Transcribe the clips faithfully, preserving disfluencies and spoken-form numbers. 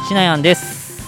しなやんです。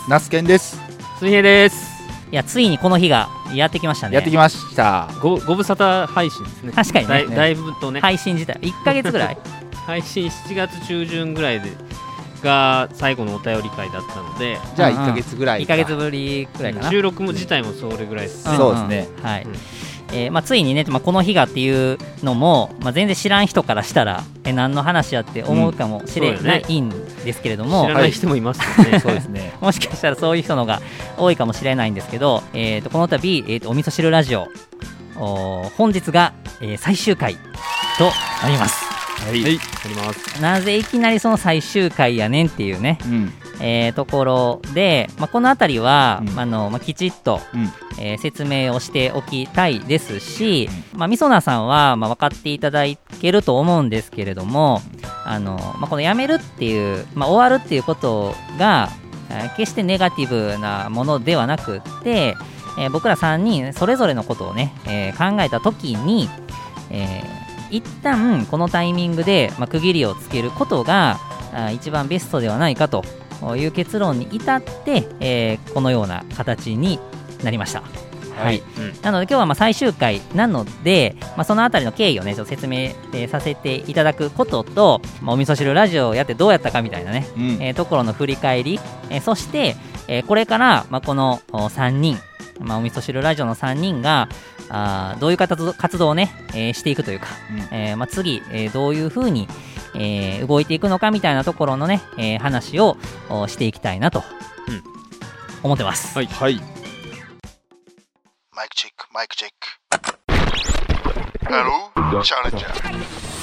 ナスケンです。 水平です。 いや、ついにこの日がやってきましたね。 やってきました。 ご, ご無沙汰配信ですね。 確かに ね, だ, だいぶとね、 配信自体いっかげつぐらい配信しちがつ中旬ぐらいでが最後のお便り会だったので、 じゃあいっかげつぐらいか、 いっかげつぶりぐらいかな。 収録も自体もそれぐらいですね、 うん、そうですね、 はい、うん、えーまあ、ついにね、まあ、この日がっていうのも、まあ、全然知らん人からしたらえ何の話やって思うかもしれないんですけれども、 うん、知らない人もいますよね、 はい、そうですねもしかしたらそういう人のが多いかもしれないんですけど、えー、とこの度、えー、とお味噌汁ラジオ本日が、えー、最終回となります。 はい、はい、あります。 なぜいきなりその最終回やねんっていうね、うん、えー、ところで、まあ、このあたりは、うん、あのまあ、きちっと、うん、えー、説明をしておきたいですし、まあ、みそなさんは、まあ、分かっていただけると思うんですけれども、あの、まあ、このやめるっていう、まあ、終わるっていうことが、えー、決してネガティブなものではなくって、えー、僕らさんにんそれぞれのことをね、えー、考えたときに、えー一旦このタイミングで、まあ、区切りをつけることが一番ベストではないかという結論に至って、えー、このような形になりました。はい、はい、うん、なので今日はまあ最終回なので、まあ、そのあたりの経緯をねちょっと説明、えー、させていただくことと、まあ、お味噌汁ラジオをやってどうやったかみたいなね、うん、えー、ところの振り返り、えー、そして、えー、これから、まあ、このさんにん、まあ、お味噌汁ラジオのさんにんがあどういう活動をね、えー、していくというか、うん、えーまあ、次、えー、どういう風に、えー、動いていくのかみたいなところのね、えー、話をしていきたいなと、うん、思ってます。 はい、はい、マイクチェックマイクチェックハローチャレンジャー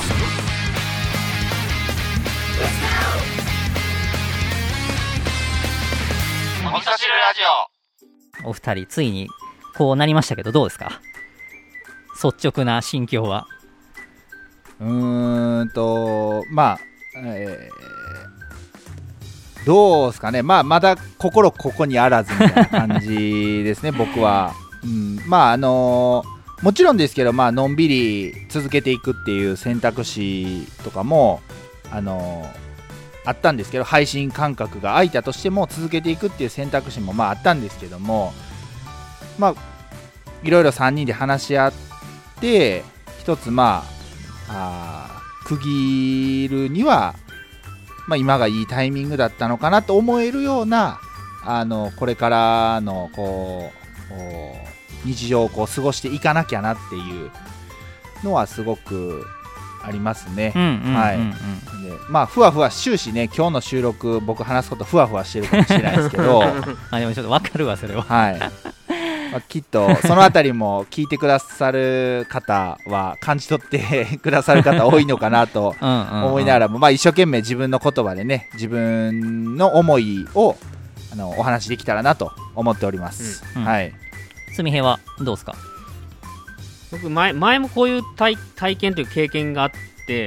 お味噌汁ラジオ。お二人ついにこうなりましたけどどうですか、率直な心境は。 うーんとまあ、えー、どうですかね、まあ、まだ心ここにあらずみたいな感じですね僕は、うん、まああのー、もちろんですけど、まあのんびり続けていくっていう選択肢とかもあのー、あったんですけど、配信間隔が空いたとしても続けていくっていう選択肢もまああったんですけども、まあいろいろさんにんで話し合って一つまあ、あ区切るには、まあ、今がいいタイミングだったのかなと思えるようなあのこれからのこう日常をこう過ごしていかなきゃなっていうのはすごくありますね。はい。で、まあふわふわ終始ね今日の収録僕話すことふわふわしてるかもしれないですけどあでもちょっと分かるわそれは。 はい。まあ、きっとそのあたりも聞いてくださる方は感じ取ってくださる方多いのかなと思いながらも、まあ一生懸命自分の言葉でね自分の思いをあのお話できたらなと思っております。うんうん、はい。 すみへはどうですか。 僕 前, 前もこういう 体, 体験という経験があって、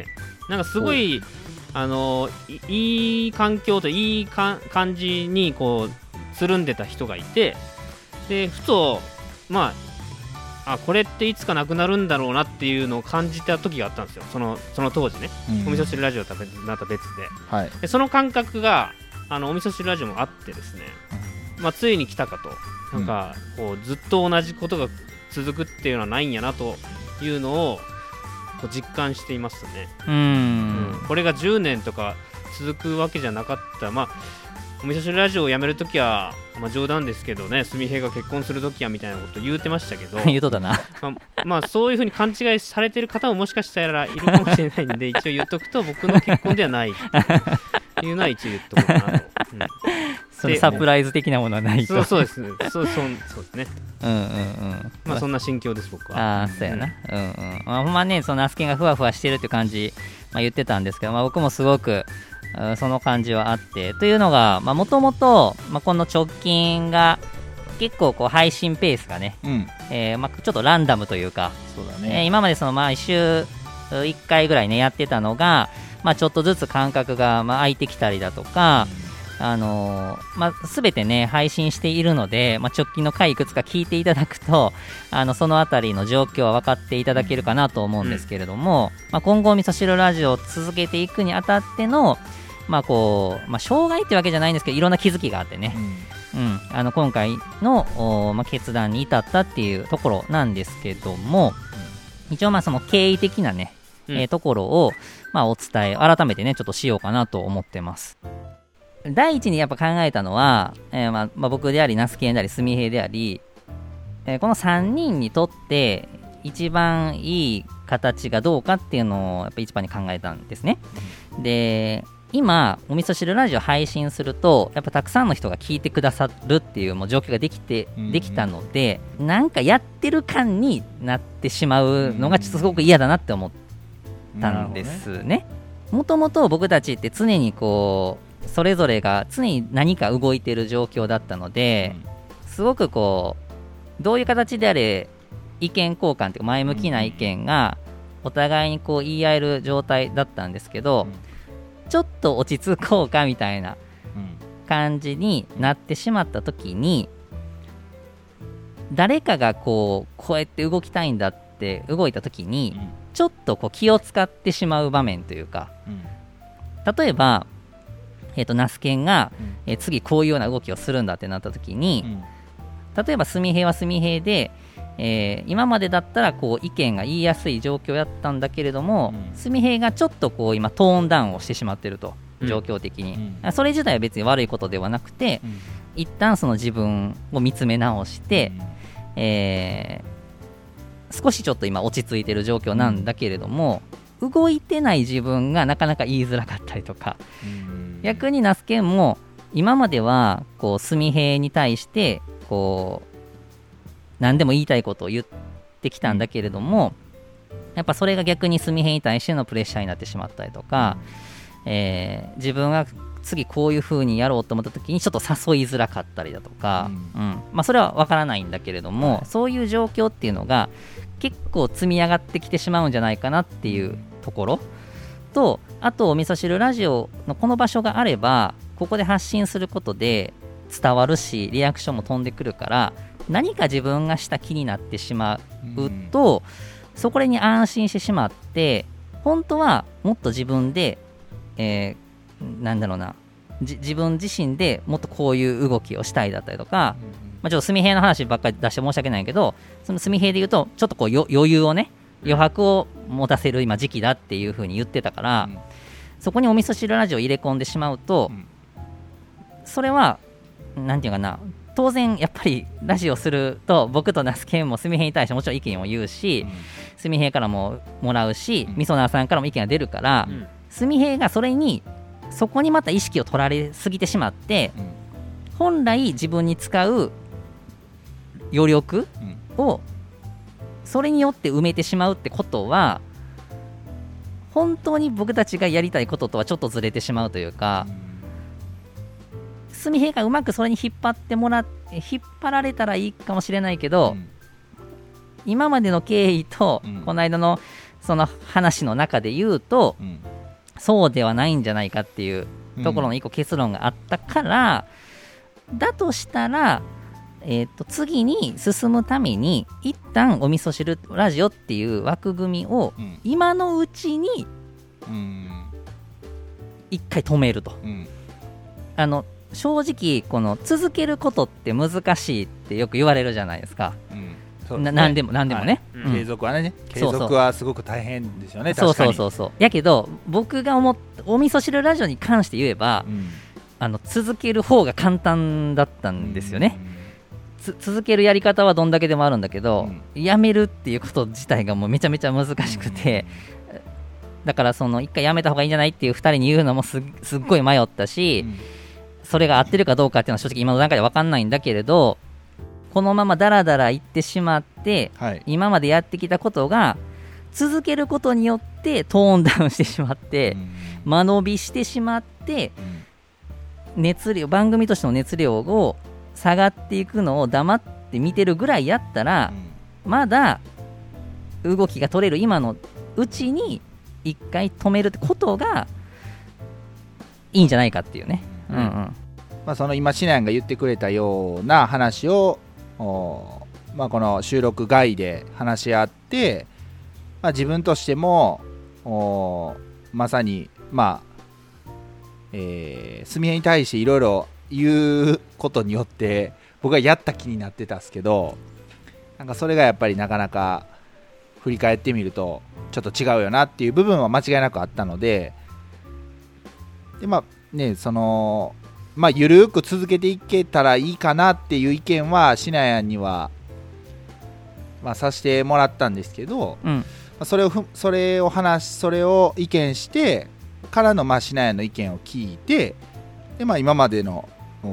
なんかすごいあの い, いい環境といいか感じにこうつるんでた人がいて、でふとまああこれっていつかなくなるんだろうなっていうのを感じた時があったんですよ、そのその当時ね、うん、お味噌汁ラジオとはまた別で、はい、でその感覚があのお味噌汁ラジオもあってですね、うん、まあ、ついに来たかと、なんかこうずっと同じことが続くっていうのはないんやなというのをこう実感していますね。うん、うん、これがじゅうねんとか続くわけじゃなかった。まあお味噌汁ラジオをやめるときは、まあ、冗談ですけどね、すみへいが結婚するときはみたいなこと言うてましたけど言うとだな、 まあ、まあそういう風に勘違いされてる方ももしかしたらいるかもしれないんで一応言っとくと僕の結婚ではないというのは一応言っとこうかなと、うん、 そのサプライズ的なものはないと。 そうそうですね、そうそうそうですね、 うんうんうん、 まあそんな心境です僕は。 ああそうやな、うんうん、まあ、ほんまねそのアスケンがふわふわしてるって感じ、まあ、言ってたんですけど、まあ、僕もすごくその感じはあってというのがもともとこの直近が結構こう配信ペースがね、うん、えーまあ、ちょっとランダムというか、そうだね、えー、今までその毎週いっかいぐらいねやってたのが、まあ、ちょっとずつ間隔がまあ空いてきたりだとか、うん、あのーまあ、全てね配信しているので、まあ、直近の回いくつか聞いていただくとあのそのあたりの状況は分かっていただけるかなと思うんですけれども、うん、まあ、今後お味噌汁ラジオを続けていくにあたっての、 まあこうまあ、障害ってわけじゃないんですけどいろんな気づきがあってね、うんうん、あの今回の、まあ、決断に至ったっていうところなんですけども、うん、一応まあその経緯的なね、うんえー、ところを、まあ、お伝え改めてねちょっとしようかなと思ってます。第一にやっぱ考えたのは、えーまあまあ、僕でありナスケンでありスミヘイであり、えー、このさんにんにとって一番いい形がどうかっていうのをやっぱ一番に考えたんですね。で今お味噌汁ラジオ配信するとやっぱたくさんの人が聞いてくださるっていうもう状況ができてできたので、うんうん、なんかやってる感になってしまうのがちょっとすごく嫌だなって思ったんですね。もともと僕たちって常にこうそれぞれが常に何か動いてる状況だったので、うん、すごくこうどういう形であれ意見交換っていうか前向きな意見がお互いにこう言い合える状態だったんですけど、うんちょっと落ち着こうかみたいな感じになってしまった時に誰かがこうこうやって動きたいんだって動いた時にちょっとこう気を使ってしまう場面というか、例えばえーとナスケンがえー次こういうような動きをするんだってなった時に例えばスミヘイはスミヘイでえー、今までだったらこう意見が言いやすい状況だったんだけれども、うん、スミヘイがちょっとこう今トーンダウンをしてしまっていると、うん、状況的に、うん、それ自体は別に悪いことではなくて、うん、一旦その自分を見つめ直して、うんえー、少しちょっと今落ち着いている状況なんだけれども、うん、動いてない自分がなかなか言いづらかったりとか、うん、逆にナスケンも今まではこうスミヘイに対してこう何でも言いたいことを言ってきたんだけれども、やっぱそれが逆にスミヘイに対してのプレッシャーになってしまったりとか、えー、自分が次こういう風にやろうと思った時にちょっと誘いづらかったりだとか、うんうんまあ、それは分からないんだけれども、はい、そういう状況っていうのが結構積み上がってきてしまうんじゃないかなっていうところと、あとお味噌汁ラジオのこの場所があればここで発信することで伝わるしリアクションも飛んでくるから何か自分がした気になってしまうと、うん、そこに安心してしまって本当はもっと自分で、えー、なんだろうな自分自身でもっとこういう動きをしたいだったりとか、うんまあ、ちょっとスミヘイの話ばっかり出して申し訳ないけどそのスミヘイで言うとちょっとこう余裕をね余白を持たせる今時期だっていう風に言ってたから、うん、そこにお味噌汁ラジオを入れ込んでしまうと、うん、それはなんていうかな当然やっぱりラジオすると僕とナスケンもスミヘイに対してもちろん意見を言うし、うん、スミヘイからももらうし、うん、みそなーさんからも意見が出るから、うん、スミヘイがそれにそこにまた意識を取られすぎてしまって、うん、本来自分に使う余力をそれによって埋めてしまうってことは本当に僕たちがやりたいこととはちょっとずれてしまうというか、うんスミヘイがうまくそれに引っ張ってもらって引っ張られたらいいかもしれないけど、うん、今までの経緯と、うん、この間のその話の中で言うと、うん、そうではないんじゃないかっていうところの一個結論があったから、うん、だとしたら、えー、と次に進むために一旦お味噌汁ラジオっていう枠組みを今のうちに一回止めると、うん、あの正直この続けることって難しいってよく言われるじゃないですか、うんそうですね、な何でも何でもね、 はいうん、継続はね継続はすごく大変ですよね。 そうそうそうそうやけど僕が思っお味噌汁ラジオに関して言えば、うん、あの続ける方が簡単だったんですよね、うん、続けるやり方はどんだけでもあるんだけど、うん、やめるっていうこと自体がもうめちゃめちゃ難しくて、うん、だからその一回やめた方がいいんじゃないっていうふたりに言うのも す, すっごい迷ったし、うんそれが合ってるかどうかっていうのは正直今の段階で分かんないんだけれどこのままダラダラいってしまって、はい、今までやってきたことが続けることによってトーンダウンしてしまって、うん、間延びしてしまって、うん、熱量番組としての熱量を下がっていくのを黙って見てるぐらいやったら、うん、まだ動きが取れる今のうちに一回止めるってことがいいんじゃないかっていうねうんうんまあ、その今シナヤンが言ってくれたような話を、まあ、この収録外で話し合って、まあ、自分としてもまさに、まあ、 えー、すみへに対していろいろ言うことによって僕はやった気になってたんですけど、なんかそれがやっぱりなかなか振り返ってみるとちょっと違うよなっていう部分は間違いなくあったので、でまあねそのまあゆるく続けていけたらいいかなっていう意見はシナヤンにはまあさせてもらったんですけど、 うん、 それをふそれを話それを意見してからのまあシナヤンの意見を聞いて、でまあ今までの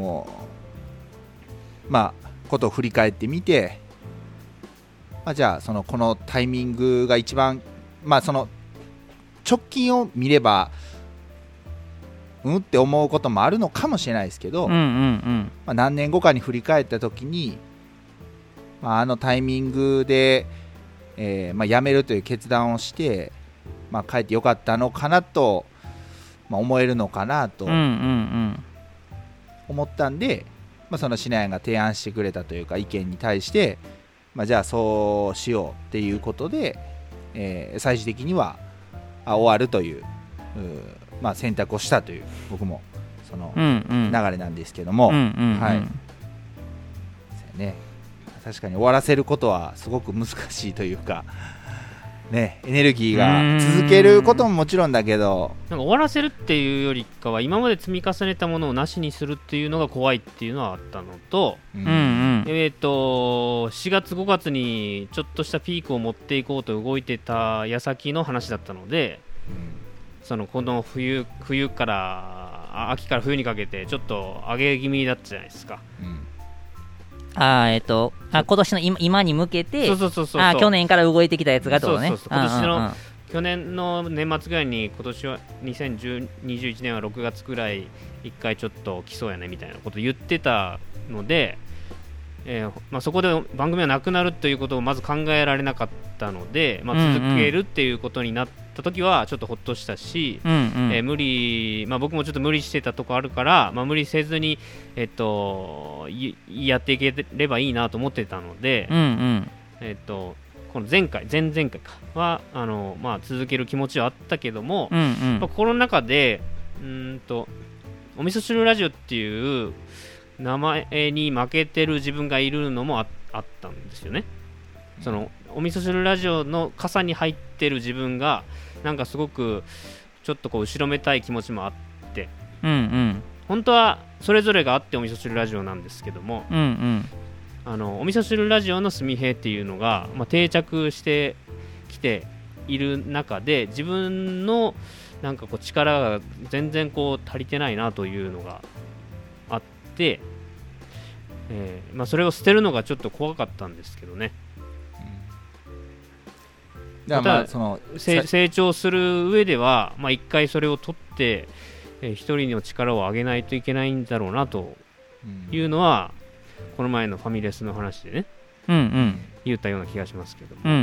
まあことを振り返ってみて、まあ、じゃあそのこのタイミングが一番まあその直近を見ればうんって思うこともあるのかもしれないですけど、 うんうんうんまあ、何年後かに振り返った時に、まあ、あのタイミングで、えーまあ、辞めるという決断をして、まあ、帰ってよかったのかなと、まあ、思えるのかなと思ったんで、まあ、そのシナヤンが提案してくれたというか意見に対して、まあ、じゃあそうしようっていうことで、えー、最終的にはあ終わるという、うまあ、選択をしたという僕もその流れなんですけども、はいね、確かに終わらせることはすごく難しいというか、ね、エネルギーが続けることももちろんだけど、 なんか終わらせるっていうよりかは今まで積み重ねたものをなしにするっていうのが怖いっていうのはあったのと、 うんうん、 えーとしがつごがつにちょっとしたピークを持っていこうと動いてた矢先の話だったので、そのこの 冬, 冬から秋から冬にかけてちょっと上げ気味だったじゃないですか、うん、 あえっ、ー、とあ今年の 今, 今に向けてそうそうそうそうあ去年から動いてきたやつがってことね。 そうそうそう今年の、うんうんうん、去年の年末ぐらいに今年はにせんにじゅういちねんはろくがつぐらいいっかいちょっと来そうやねみたいなこと言ってたので、えーまあ、そこで番組はなくなるということをまず考えられなかったので、まあ、続けるっていうことになった時はちょっとほっとしたし、 うんうんえー、無理、まあ、僕もちょっと無理してたとこあるから、まあ、無理せずに、えっと、やっていければいいなと思ってたので、 うんうんえっと、この前回前々回かはあの、まあ、続ける気持ちはあったけども、 うんうんまあ、この中でうんとお味噌汁ラジオっていう名前に負けてる自分がいるのも あ, あったんですよね。そのお味噌汁ラジオの傘に入ってる自分がなんかすごくちょっとこう後ろめたい気持ちもあって、 うんうん、 本当はそれぞれがあってお味噌汁ラジオなんですけども、 うんうん、 あのお味噌汁ラジオのすみへいっていうのが、まあ、定着してきている中で自分のなんかこう力が全然こう足りてないなというのがあって、えーまあ、それを捨てるのがちょっと怖かったんですけどね。 だからまあその成長する上では、まあ、一回それを取って、えー、一人の力を上げないといけないんだろうなというのは、うん、この前のファミレスの話でね、 うんうん、 言ったような気がしますけども、 うんうんうん、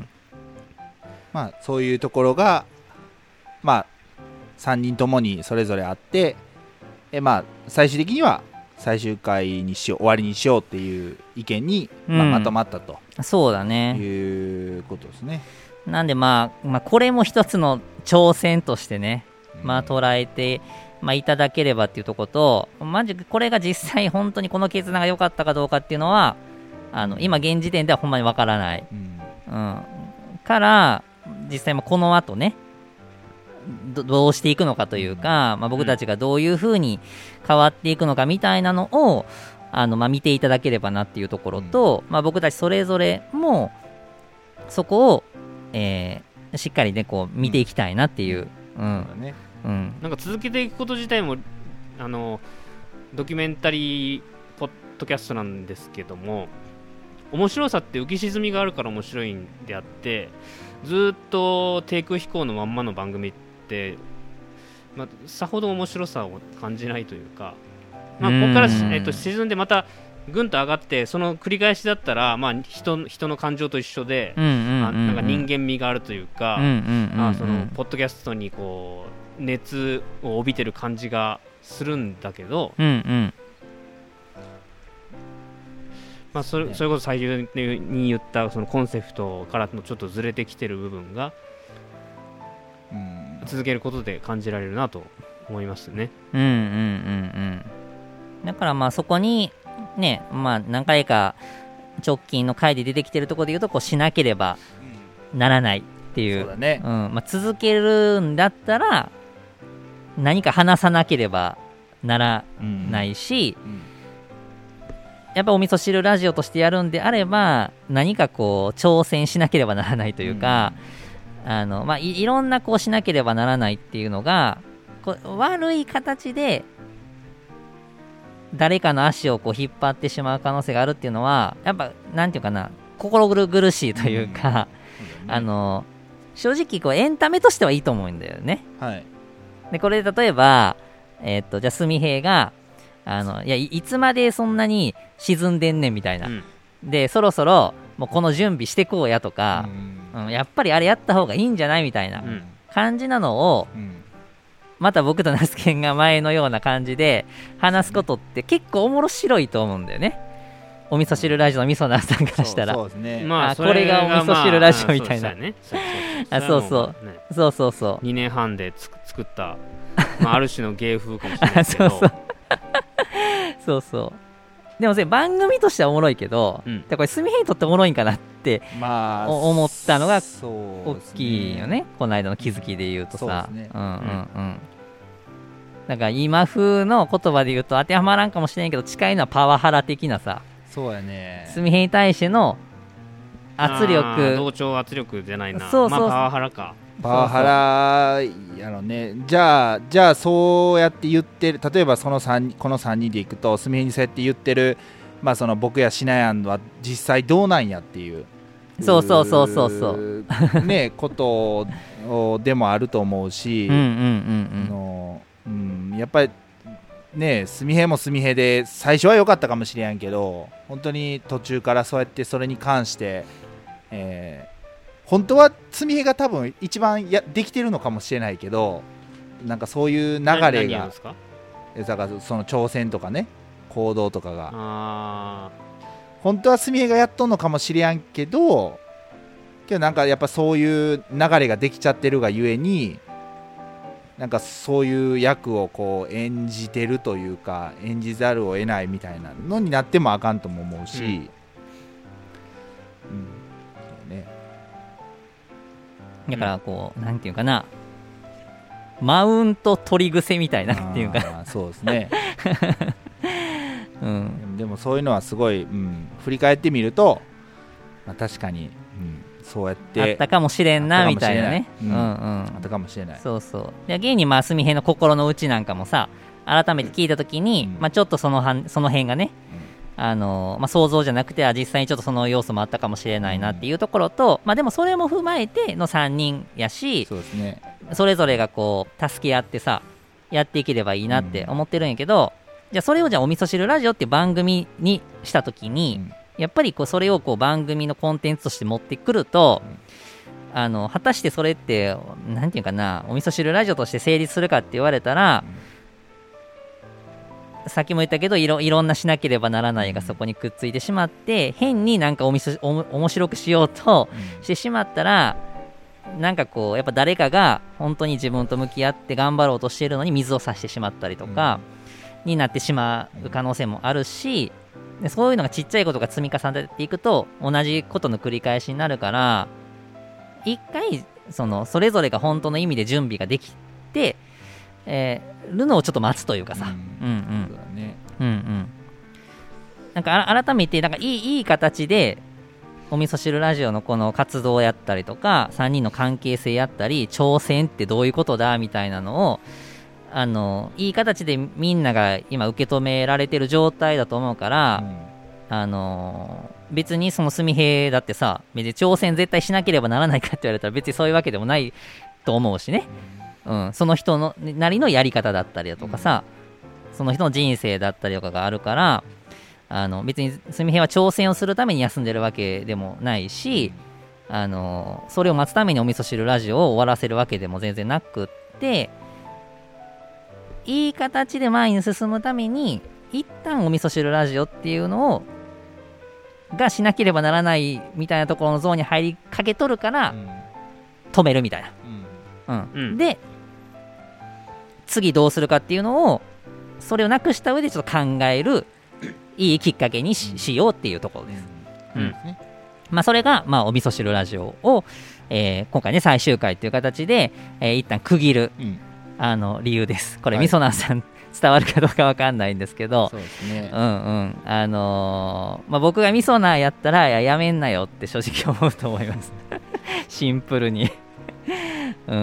まあ、そういうところが、まあ、さんにんともにそれぞれあって、え、まあ、最終的には最終回にしよう終わりにしようっていう意見に、まあ、まとまったと、 うん、そうだねいうことですね。 なんで、まあ、まあこれも一つの挑戦としてね、まあ、捉えて、まあ、いただければっていうところと、マジこれが実際本当にこの決断が良かったかどうかっていうのはあの今現時点ではほんまにわからない、うんうん、から実際もこの後ね ど, どうしていくのかというか、まあ、僕たちがどういう風に変わっていくのかみたいなのをあの、まあ、見ていただければなっていうところと、まあ、僕たちそれぞれもそこを、えー、しっかり、ね、こう見ていきたいなっていう、うんうんうん、 なんか続けていくこと自体もあのドキュメンタリーポッドキャストなんですけども、面白さって浮き沈みがあるから面白いんであって、ずっと低空飛行のまんまの番組って、まあ、さほど面白さを感じないというか、まあ、ここから、えー、と沈んでまたぐんと上がって、その繰り返しだったら、まあ、人, 人の感情と一緒で、なんか人間味があるというか、そのポッドキャストにこう熱を帯びてる感じがするんだけど、 うんうんまあ、それ, それこそ最初に言ったそのコンセプトからのちょっとずれてきてる部分が、うん、続けることで感じられるなと思いますね。 うんうんうんうんだからまあそこにねまあ何回か直近の回で出てきてるところで言うとこうしなければならないっていう、 そうだね、 うんまあ、続けるんだったら何か話さなければならないし、うんうん、やっぱお味噌汁ラジオとしてやるんであれば何かこう挑戦しなければならないというか、うんあのまあ、い, いろんなこうしなければならないっていうのがこう悪い形で誰かの足をこう引っ張ってしまう可能性があるっていうのはやっぱなんていうかな心苦しいというか、うん、あの正直こうエンタメとしてはいいと思うんだよね、はい、でこれで例えば、えー、っとじゃあ純平があのいや い, いつまでそんなに沈んでんねんみたいな、うん、でそろそろもうこの準備してこうやとか、うんうん、やっぱりあれやった方がいいんじゃないみたいな感じなのを、うんまた僕とナスケンが前のような感じで話すことって結構面白いと思うんだよね。お味噌汁ラジオの味噌ナーさんからしたらそうそうですね、まあ、あこれがお味噌汁ラジオみたいな、まあ、そうそうそうそうそうにねんはんでつ作った、まあ、ある種の芸風かもしれないですけどそうそうそうそうでもね番組としてはおもろいけど、うん、これ純平にとっておもろいんかなって、まあ、思ったのが大きいよね、この間の気づきで言うとさ、うんうんうんだから今風の言葉で言うと当てはまらんかもしれんけど近いのはパワハラ的なさそうやね純平に対しての圧力同調圧力じゃないなそうそう、まあ、パワハラかパワハラやろねじゃあじゃあそうやって言ってる例えばそのさんこのさんにんでいくと純平にそうやって言ってる、まあ、その僕やしなやんは実際どうなんやっていうそうそうそうそうそうねことでもあると思うしうんうんうんうんのうん、やっぱりね純平も純平で最初は良かったかもしれんけど本当に途中からそうやってそれに関して、えー、本当は純平が多分一番やできてるのかもしれないけどなんかそういう流れがだからその挑戦とかね行動とかがあ本当は純平がやっとんのかもしれんけどけどなんかやっぱそういう流れができちゃってるがゆえになんかそういう役をこう演じてるというか演じざるを得ないみたいなのになってもあかんとも思うし、うんうんね、だからこう、うん、なんていうかなマウント取り癖みたいなっていうかそうですね、うん、でもそういうのはすごい、うん、振り返ってみると、まあ、確かに、うんそうやってあったかもしれんなみたいなね、 うんうん、あったかもしれないそうそうで現にまあ純平の心の内なんかもさ改めて聞いたときに、うんまあ、ちょっとそのはその辺がね、うんあのまあ、想像じゃなくては実際にちょっとその要素もあったかもしれないなっていうところと、うんまあ、でもそれも踏まえてのさんにんやしそうです、ね、それぞれがこう助け合ってさやっていければいいなって思ってるんやけど、うん、じゃあそれをじゃあお味噌汁ラジオっていう番組にしたときに、うんやっぱりこうそれをこう番組のコンテンツとして持ってくると、うん、あの果たしてそれってなんていうかなお味噌汁ラジオとして成立するかって言われたら、うん、さっきも言ったけどい ろ, いろんなしなければならないがそこにくっついてしまって変になんかおみそお面白くしようとしてしまったら、うん、なんかこうやっぱ誰かが本当に自分と向き合って頑張ろうとしているのに水を差してしまったりとか、うん、になってしまう可能性もあるしでそういうのがちっちゃいことが積み重ねていくと同じことの繰り返しになるから一回 そのそれぞれが本当の意味で準備ができて、えー、るのをちょっと待つというかさ、うん、うんうんそうだねうんうんなんか改めてなんかいい、いい形でお味噌汁ラジオのこの活動やったりとかさんにんの関係性やったり挑戦ってどういうことだみたいなのをあのいい形でみんなが今受け止められてる状態だと思うから、うん、あの別にその純平だってさ別に挑戦絶対しなければならないかって言われたら別にそういうわけでもないと思うしね、うん、その人のなりのやり方だったりだとかさ、うん、その人の人生だったりとかがあるからあの別に純平は挑戦をするために休んでるわけでもないし、うん、あのそれを待つためにお味噌汁ラジオを終わらせるわけでも全然なくっていい形で前に進むために一旦お味噌汁ラジオっていうのをがしなければならないみたいなところのゾーンに入りかけとるから、うん、止めるみたいな、うんうん、で次どうするかっていうのをそれをなくした上でちょっと考えるいいきっかけに し,、うん、しようっていうところです、うんうん、まあ、それが、まあ、お味噌汁ラジオを、えー、今回ね最終回という形で、えー、一旦区切る、うん、あの理由です。これ、はい、みそなさん伝わるかどうかわかんないんですけど、 そうですね、 うんうん、あのーまあ、僕がみそなやったら や, やめんなよって正直思うと思いますシンプルにうん、うん、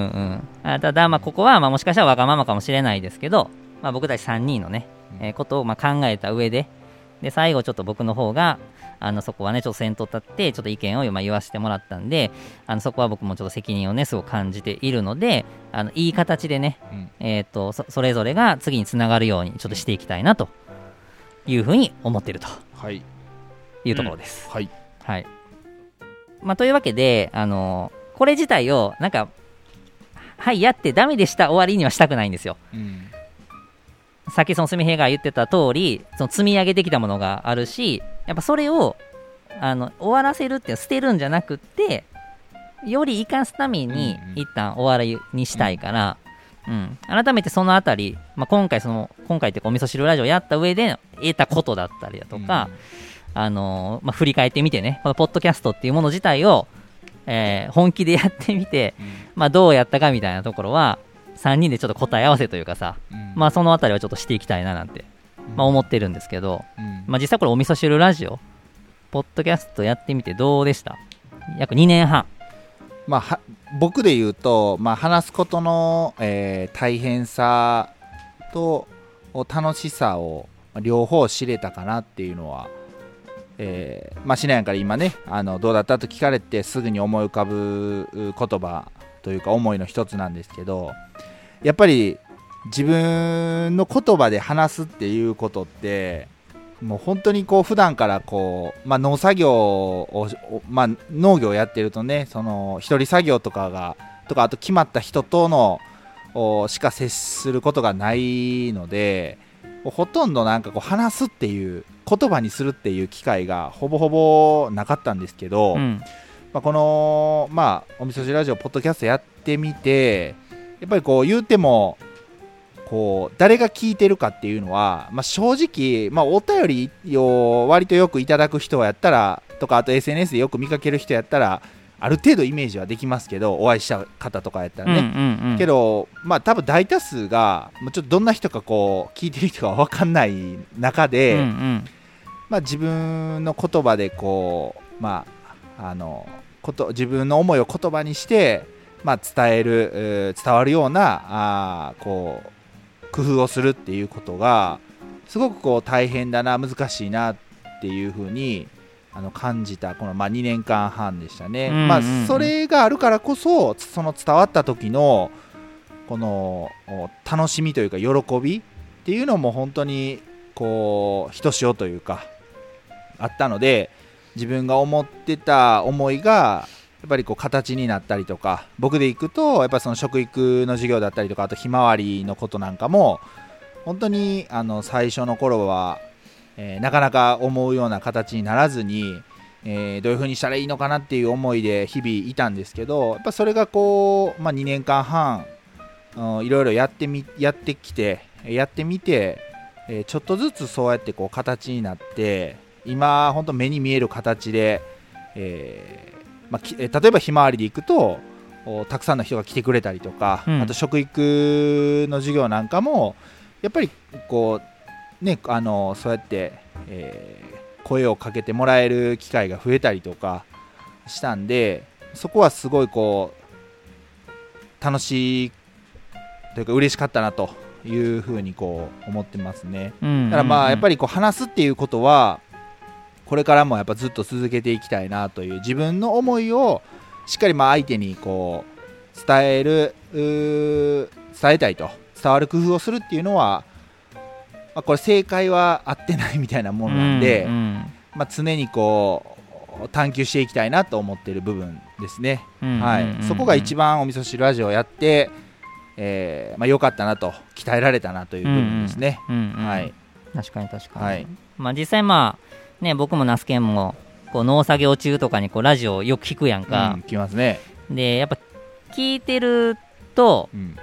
あただまあここはまあもしかしたらわがままかもしれないですけど、まあ、僕たちさんにんのね、えー、ことをまあ考えた上でで最後ちょっと僕の方があのそこはねちょっと先頭立ってちょっと意見をまあ言わせてもらったんで、あのそこは僕もちょっと責任をねすごく感じているので、あのいい形でね、うん、えー、と そ, それぞれが次につながるようにちょっとしていきたいなというふうに思っているというところです、 うん、はい、 はいまあ、というわけで、あのこれ自体をなんかはいやってダメでした終わりにはしたくないんですよ、うん、さっきそのすみへいが言ってた通りその積み上げてきたものがあるし、やっぱそれをあの終わらせるって捨てるんじゃなくってより生かすために一旦終わりにしたいから、うんうんうん、改めてそのあたり、まあ、今回その今回ってお味噌汁ラジオやった上で得たことだったりだとか、うんあのーまあ、振り返ってみてねこのポッドキャストっていうもの自体を、えー、本気でやってみて、うんまあ、どうやったかみたいなところはさんにんでちょっと答え合わせというかさ、うんまあ、そのあたりはちょっとしていきたいななんて、まあ、思ってるんですけど、うんまあ、実際これお味噌汁ラジオポッドキャストやってみてどうでした？約にねんはん、 まあ、は僕で言うと、まあ、話すことの、えー、大変さと楽しさを両方知れたかなっていうのは、えーまあ、しなやんから今ねあのどうだったと聞かれてすぐに思い浮かぶ言葉というか思いの一つなんですけど、やっぱり自分の言葉で話すっていうことってもう本当にこう普段からこう、まあ、農作業を、まあ、農業をやってるとねその一人作業とかがとかあと決まった人とのしか接することがないのでほとんどなんかこう話すっていう言葉にするっていう機会がほぼほぼなかったんですけど、うんまあ、この、まあ、お味噌汁ラジオポッドキャストやってみてやっぱりこう言うてもこう誰が聞いてるかっていうのは、まあ、正直、まあ、お便りを割とよくいただく人やったらとかあと エスエヌエス でよく見かける人やったらある程度イメージはできますけどお会いした方とかやったらね、うんうんうん、けどまあ多分大多数がちょっとどんな人かこう聞いてる人が分かんない中で、うんうんまあ、自分の言葉でこうまああのこと自分の思いを言葉にして、まあ、伝える伝わるようなあこう工夫をするっていうことがすごくこう大変だな難しいなっていう風にあの感じたこのまあにねんかんはんでしたね、うんうんうんまあ、それがあるからこそその伝わった時のこの楽しみというか喜びっていうのも本当にこうひとしおというかあったので自分が思ってた思いがやっぱりこう形になったりとか僕で行くとやっぱその食育の授業だったりとかあとひまわりのことなんかも本当にあの最初の頃は、えー、なかなか思うような形にならずに、えー、どういう風にしたらいいのかなっていう思いで日々いたんですけどやっぱそれがこう、まあ、にねんかんはん、うん、いろいろやってみやってきてやってみて、えー、ちょっとずつそうやってこう形になって今本当目に見える形で、えーまあ、例えばひまわりで行くとたくさんの人が来てくれたりとか、うん、あと食育の授業なんかもやっぱりこうねあのそうやって、えー、声をかけてもらえる機会が増えたりとかしたんでそこはすごいこう楽しいというか嬉しかったなというふうにこう思ってますね、うんうんうん、だからまあやっぱりこう話すっていうことはこれからもやっぱずっと続けていきたいなという自分の思いをしっかりまあ相手にこう伝える伝えたいと伝わる工夫をするっていうのは、まあ、これ正解は合ってないみたいなものなんで、うんうんまあ、常にこう探求していきたいなと思っている部分ですね、うんうんうんうんはい、そこが一番お味噌汁ラジオをやって、えーまあ、良かったなと鍛えられたなという部分ですね、うんうんうんうんはい、 確かに確かに、はいまあ、実際まあね、僕もナスケンもこう農作業中とかにこうラジオよく聞くやんか、 うん、聞きますね。 でやっぱ聞いてると、うん、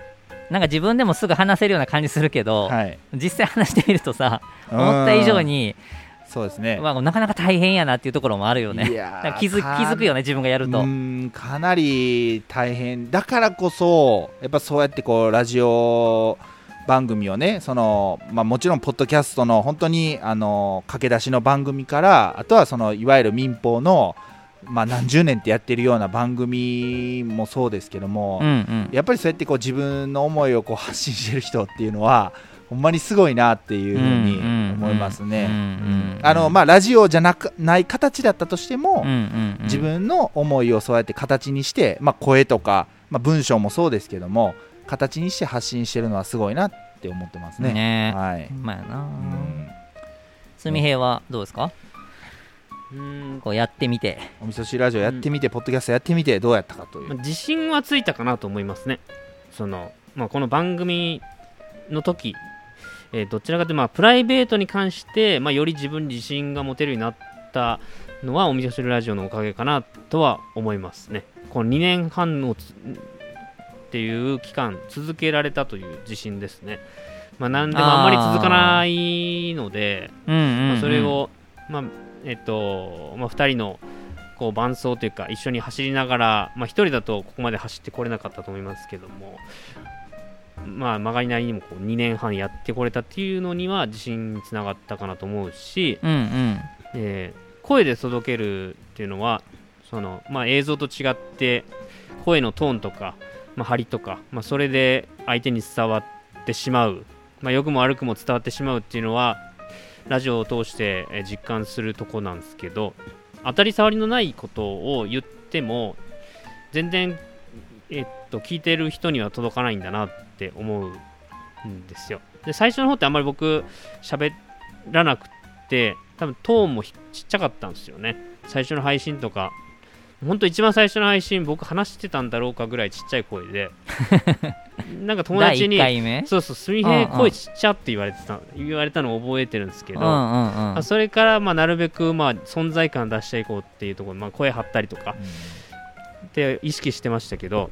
なんか自分でもすぐ話せるような感じするけど、はい、実際話してみるとさ思った以上にそうですね、 まあ、なかなか大変やなっていうところもあるよね。いや気づ、気づくよね自分がやると。 うんかなり大変だからこそやっぱそうやってこうラジオ番組をねその、まあ、もちろんポッドキャストの本当にあの駆け出しの番組からあとはそのいわゆる民放の、まあ、何十年ってやってるような番組もそうですけども、うんうん、やっぱりそうやってこう自分の思いをこう発信してる人っていうのはほんまにすごいなっていうふうに思いますね。あのまあラジオじゃなくない形だったとしても、うんうんうん、自分の思いをそうやって形にして、まあ、声とか、まあ、文章もそうですけども形にして発信してるのはすごいなって思ってますね。 ねはい。 まあやな。すみへいはどうですか？うんこうやってみてお味噌汁ラジオやってみて、うん、ポッドキャストやってみてどうやったかという、 まあ、自信はついたかなと思いますね。その、まあ、この番組の時えー、どちらかというと、まあ、プライベートに関して、まあ、より自分に自信が持てるようになったのはお味噌汁ラジオのおかげかなとは思いますね。このにねんはんのっていう期間続けられたという自信ですね。まあ、何でもあんまり続かないので、うんうんうんまあ、それを、まあえっとまあ、ふたりのこう伴走というか一緒に走りながら、まあ、ひとりだとここまで走ってこれなかったと思いますけども、まあ、曲がりなりにもこうにねんはんやってこれたっていうのには自信につながったかなと思うし、うんうんえー、声で届けるっていうのはその、まあ、映像と違って声のトーンとか、まあ、張りとか、まあ、それで相手に伝わってしまう、まあ、良くも悪くも伝わってしまうっていうのはラジオを通して実感するとこなんですけど、当たり障りのないことを言っても全然、えっと、聞いてる人には届かないんだなって思うんですよ。で最初の方ってあんまり僕喋らなくて多分トーンもちっちゃかったんですよね。最初の配信とか本当一番最初の配信僕話してたんだろうかぐらいちっちゃい声でなんか友達にだいいっかいめそうそうすみへい声ちっちゃって言われてた言われたのを覚えてるんですけど、うんうんうん、それからまあなるべくまあ存在感出していこうっていうところ、まあ、声張ったりとか、うん、って意識してましたけど、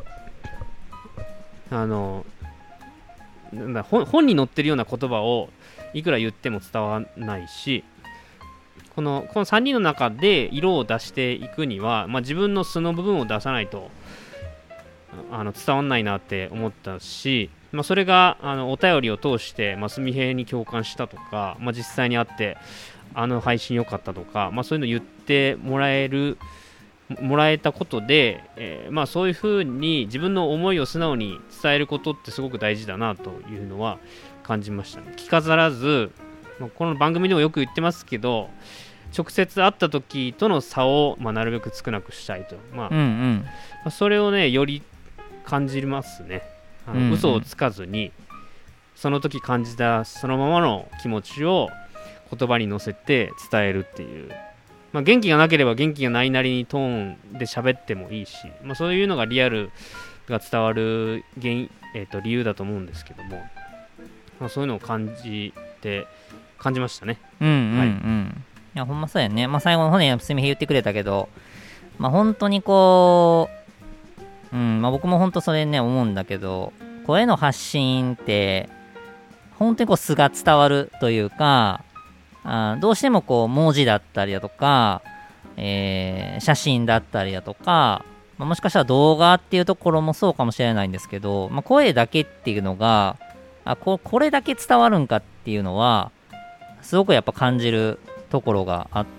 あのなんだ 本, 本に載ってるような言葉をいくら言っても伝わらないし、このこのさんにんの中で色を出していくには、まあ、自分の素の部分を出さないとあの伝わんないなって思ったし、まあ、それがあのお便りを通してすみへいに共感したとか、まあ、実際に会ってあの配信良かったとか、まあ、そういうの言ってもらえるもらえたことで、えーまあ、そういうふうに自分の思いを素直に伝えることってすごく大事だなというのは感じましたね。着飾らず、まあ、この番組でもよく言ってますけど直接会った時との差を、まあ、なるべく少なくしたいと、まあうんうんまあ、それをねより感じますね。あの、うんうん、嘘をつかずにその時感じたそのままの気持ちを言葉に乗せて伝えるっていう、まあ、元気がなければ元気がないなりにトーンで喋ってもいいし、まあ、そういうのがリアルが伝わる原因、えーと、理由だと思うんですけども、まあ、そういうのを感じて感じましたね。 うんうんうん、はい、いやほんまそうやね、まあ、最後の骨すみへい言ってくれたけど、まあ、本当にこう、うんまあ、僕も本当それね思うんだけど、声の発信って本当にこう素が伝わるというか、あどうしてもこう文字だったりだとか、えー、写真だったりだとか、まあ、もしかしたら動画っていうところもそうかもしれないんですけど、まあ、声だけっていうのがあ こ, これだけ伝わるんかっていうのはすごくやっぱ感じるところがあって、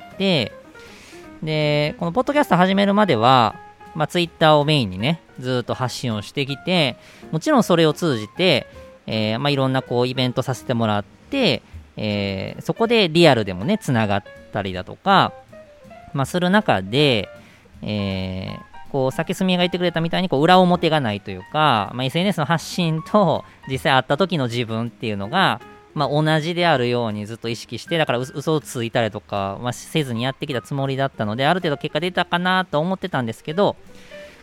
でこのポッドキャスト始めるまでは、まあ、ツイッターをメインにねずっと発信をしてきて、もちろんそれを通じて、えーまあ、いろんなこうイベントさせてもらって、えー、そこでリアルでもねつながったりだとか、まあ、する中で、えー、こうさっきすみえが言ってくれたみたいにこう裏表がないというか、まあ、エスエヌエス の発信と実際会った時の自分っていうのが、まあ、同じであるようにずっと意識して、だから嘘をついたりとか、まあ、せずにやってきたつもりだったので、ある程度結果出たかなと思ってたんですけど、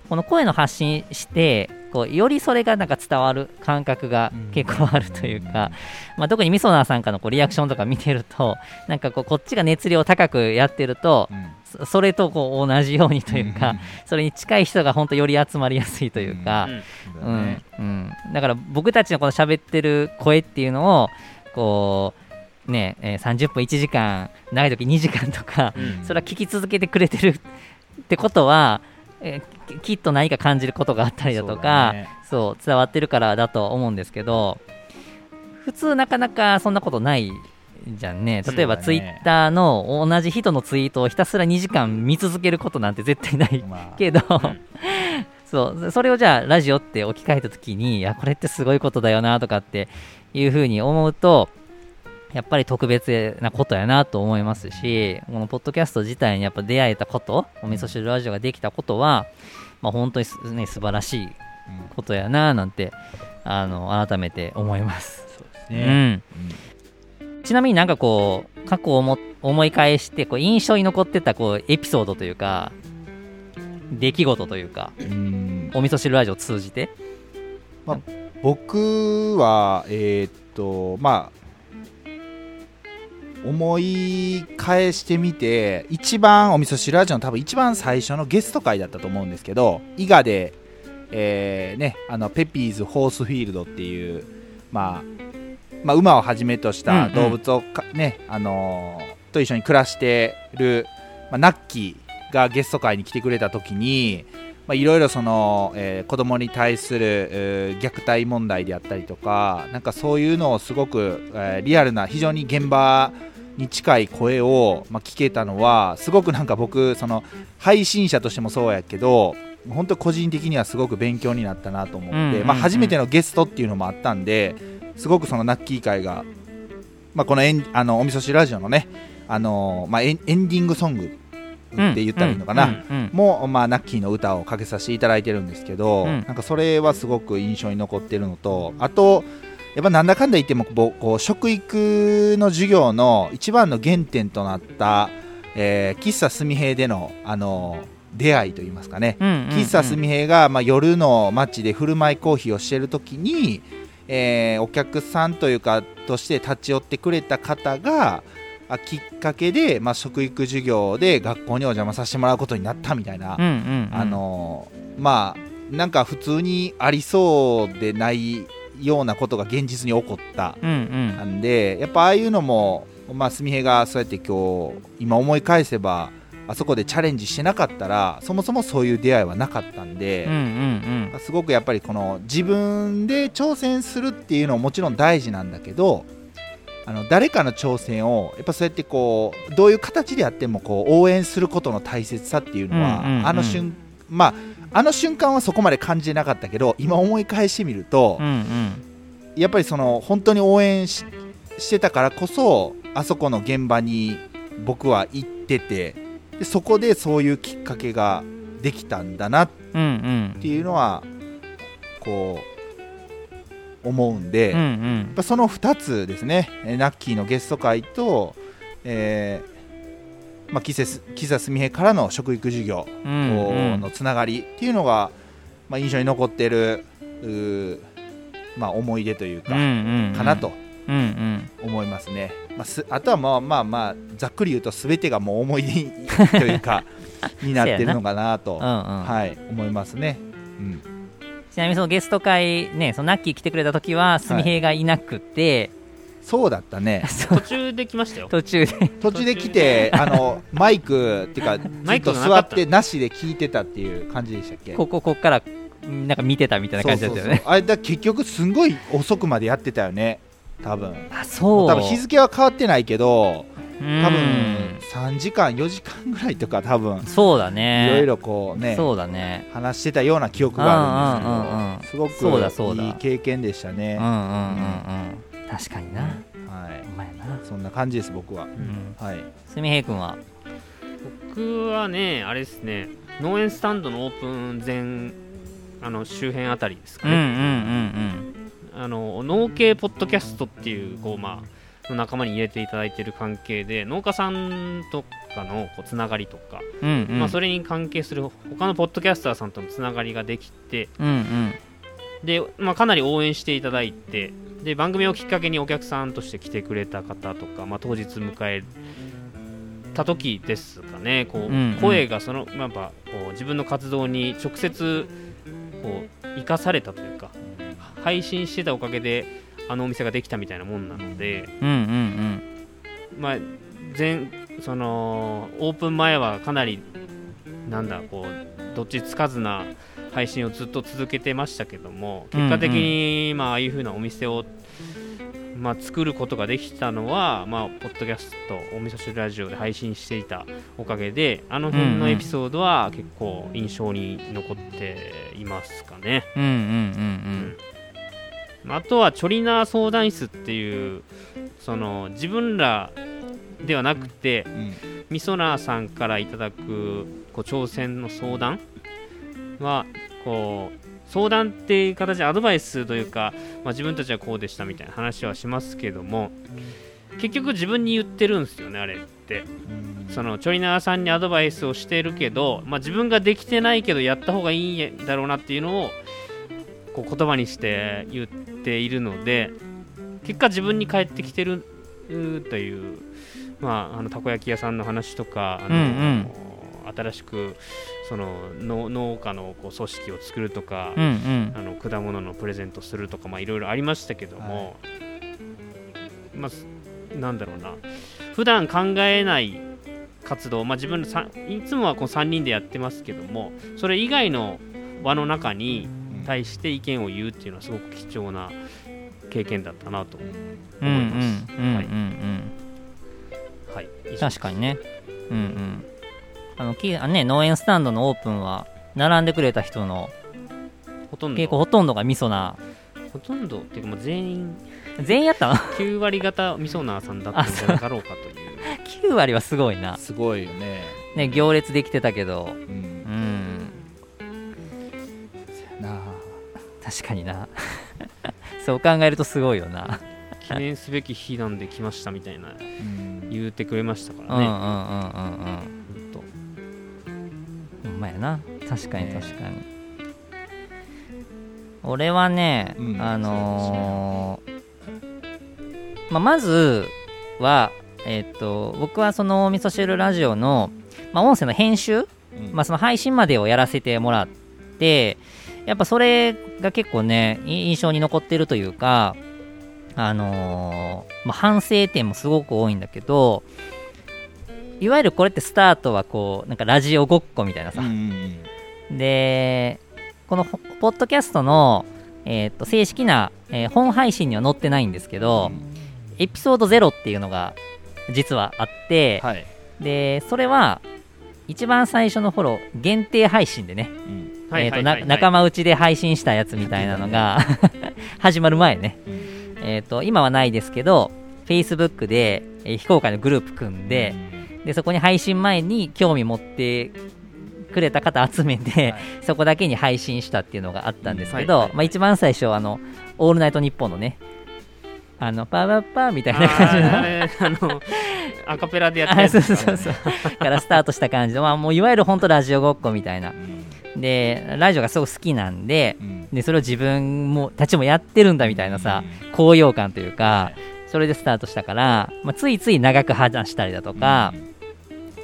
この声の発信してこうよりそれがなんか伝わる感覚が結構あるというか、うんまあ、特にみそなーさんからのこうリアクションとか見てるとなんかこうこっちが熱量高くやってると、うん、それとこう同じようにというか、うん、それに近い人が本当より集まりやすいというか、うんうんうん、だから僕たちのこの喋ってる声っていうのをこうね、えー、さんじゅっぷんいちじかん長い時にじかんとか、うん、それは聞き続けてくれてるってことは、えー、きっと何か感じることがあったりだとか そう、ね、そう伝わってるからだと思うんですけど、普通なかなかそんなことないじゃんね。例えばツイッターの同じ人のツイートをひたすらにじかん見続けることなんて絶対ないけど、まあそうそれをじゃあラジオって置き換えた時に、いやこれってすごいことだよなとかっていう風に思うと、やっぱり特別なことやなと思いますし、このポッドキャスト自体にやっぱ出会えたこと、お味噌汁ラジオができたことは、まあ、本当にす、ね、素晴らしいことやななんてあの改めて思います。 そうですね、 うんうん、ちなみになんかこう過去を思、思い返してこう印象に残ってたこうエピソードというか出来事というか、うん、お味噌汁ラジオを通じて、 まあ、僕はえー、っとまあ思い返してみて、一番お味噌汁ラジオの多分一番最初のゲスト会だったと思うんですけど、伊賀で、えーね、あのペピーズホースフィールドっていう、まあまあ、馬をはじめとした動物をか、うんうんねあのー、と一緒に暮らしてる、まあ、ナッキーがゲスト会に来てくれた時に、まあ、いろいろその、えー、子供に対する、えー、虐待問題であったりとか、なんかそういうのをすごく、えー、リアルな非常に現場に近い声を、まあ、聞けたのはすごくなんか僕その配信者としてもそうやけど本当個人的にはすごく勉強になったなと思って、うんうんうんまあ、初めてのゲストっていうのもあったんですごくそのナッキー会が、まあ、このエンあのお味噌汁ラジオのね、あのーまあ、エン、エンディングソングって言ったらいいのかな、うんうんうんうん、もう、まあ、ナッキーの歌をかけさせていただいてるんですけど、うん、なんかそれはすごく印象に残ってるのと、あとやっぱなんだかんだ言ってもこう食育の授業の一番の原点となった、えー、喫茶すみへいでの、あのー、出会いといいますかね、うんうんうん、喫茶すみへいが、まあ、夜の街で振る舞いコーヒーをしているときに、えー、お客さんというかとして立ち寄ってくれた方がきっかけで、まあ、食育授業で学校にお邪魔させてもらうことになったみたいな、うんうんうん、あのー、まあなんか普通にありそうでないようなことが現実に起こった、うんうん、なんでやっぱああいうのも、まあ、すみへがそうやって今日今思い返せばあそこでチャレンジしてなかったらそもそもそういう出会いはなかったんで、うんうんうん、すごくやっぱりこの自分で挑戦するっていうのももちろん大事なんだけど、あの誰かの挑戦をやっぱそうやってこうどういう形であってもこう応援することの大切さっていうのは、うんうんうん、あの瞬まああの瞬間はそこまで感じなかったけど今思い返してみると、うんうん、やっぱりその本当に応援 し, してたからこそあそこの現場に僕は行ってて、でそこでそういうきっかけができたんだなっていうのはこう思うんで、うんうん、やっぱそのふたつですね、ナッキーのゲスト会と、えーまあ、キサスミヘからの食育授業のつながりっていうのが、まあ、印象に残っている、まあ、思い出というか、うんうんうん、かなと思いますね、まあ、すあとはまあまあまあざっくり言うと全てがもう思い出というかになってるのかなと、うんうんはい、思いますね、うん、 ちなみにそのゲスト会ね、そのナッキー来てくれた時はすみへいがいなくて、はいそうだったね途中で来ましたよ途中で途中で来てあのマイクっていうかずっと座ってなしで聞いてたっていう感じでしたっけ。 ここここからなんか見てたみたいな感じだったよね。そうそうそう、 あれだ結局すんごい遅くまでやってたよね多分。 あそう多分日付は変わってないけど多分さんじかんよじかんぐらいとか多分そうだね、 いろいろこうねそうだね話してたような記憶があるんですけど、うんうんうんうん、すごくそうだそうだいい経験でしたね。うんうんうんうん確かにな、はい、 お前なそんな感じです僕は、うんはい、 すみへい君は。 僕はねあれですね、農園スタンドのオープン前あの周辺あたりですかね、うんうんうんうん、あの農系ポッドキャストっていうこうまあの仲間に入れていただいている関係で、農家さんとかのこうつながりとか、うんうん、まあ、それに関係する他のポッドキャスターさんとのつながりができて、うんうん、で、まあ、かなり応援していただいて、で番組をきっかけにお客さんとして来てくれた方とか、まあ、当日迎えた時ですかね、こう、うんうん、声がその、まあ、やっぱこう自分の活動に直接こう生かされたというか、配信してたおかげであのお店ができたみたいなもんなので、うんうんうん、まあ、前そのオープン前はかなりなんだこうどっちつかずな配信をずっと続けてましたけども、結果的に、まあ、ああいう風なお店を、まあ、作ることができたのは、まあ、ポッドキャストお味噌汁ラジオで配信していたおかげで、あの辺のエピソードは結構印象に残っていますかね。うんうんうんうんうん、あとはチョリナー相談室っていうその自分らではなくて、うん、みそなーさんからいただくこう挑戦の相談はこう相談っていう形でアドバイスというか、まあ、自分たちはこうでしたみたいな話はしますけども、結局自分に言ってるんですよね、あれって。そのチョリナーさんにアドバイスをしてるけど、まあ、自分ができてないけどやった方がいいんだろうなっていうのをこう言葉にして言っているので、結果自分に返ってきてるという、まあ、あのたこ焼き屋さんの話とか、あの、うんうん、新しくその農家のこう組織を作るとか、うんうん、あの果物のプレゼントするとか、まあ、いろいろありましたけども、はい、まあ、なんだろうな、普段考えない活動、まあ、自分のさいつもはこうさんにんでやってますけども、それ以外の輪の中に対して意見を言うっていうのはすごく貴重な経験だったなと思います。 確かにね、うんうん、あのきあ、ね、農園スタンドのオープンは並んでくれた人のほとんど結構ほとんどがみそなほとんどっていうかもう全員全員やったのきゅう割方みそなーさんだったんじゃなかろうかというきゅう割はすごいな。 すごいよね。 ね、行列できてたけど、うん、うん、なあ確かになそう考えるとすごいよな。 記念すべき日なんで来ましたみたいな、うん、言ってくれましたからね。うんうんうんうんうん。ほんまやな。確かに確かに。ね、俺はね、うん、あのーまあ、まずは、えー、っと僕はそのお味噌汁ラジオの、まあ、音声の編集、うんまあ、その配信までをやらせてもらって、やっぱそれが結構ね印象に残ってるというか、あのーまあ、反省点もすごく多いんだけど、いわゆるこれってスタートはこうなんかラジオごっこみたいなさ、うんうん、でこのポッドキャストの、えー、と正式な、えー、本配信には載ってないんですけど、うん、エピソードゼロっていうのが実はあって、はい、でそれは一番最初の頃限定配信でね、うんえーとな仲間内で配信したやつみたいなのが始まる前ね、うんえー、と今はないですけど Facebook で、えー、非公開のグループ組んで、うん、でそこに配信前に興味持ってくれた方集めて、はい、そこだけに配信したっていうのがあったんですけど、はいはいまあ、一番最初あのオールナイトニッポンのねあのパーパーパーみたいな感じのあ, あ, れあのアカペラでやったやつそうそうそうからスタートした感じの、まあ、もういわゆる本当ラジオごっこみたいな、うん、でラジオがすごく好きなんで、うん、でそれを自分もたちもやってるんだみたいなさ、うん、高揚感というか、はい、それでスタートしたから、まあ、ついつい長く話したりだとか、うん、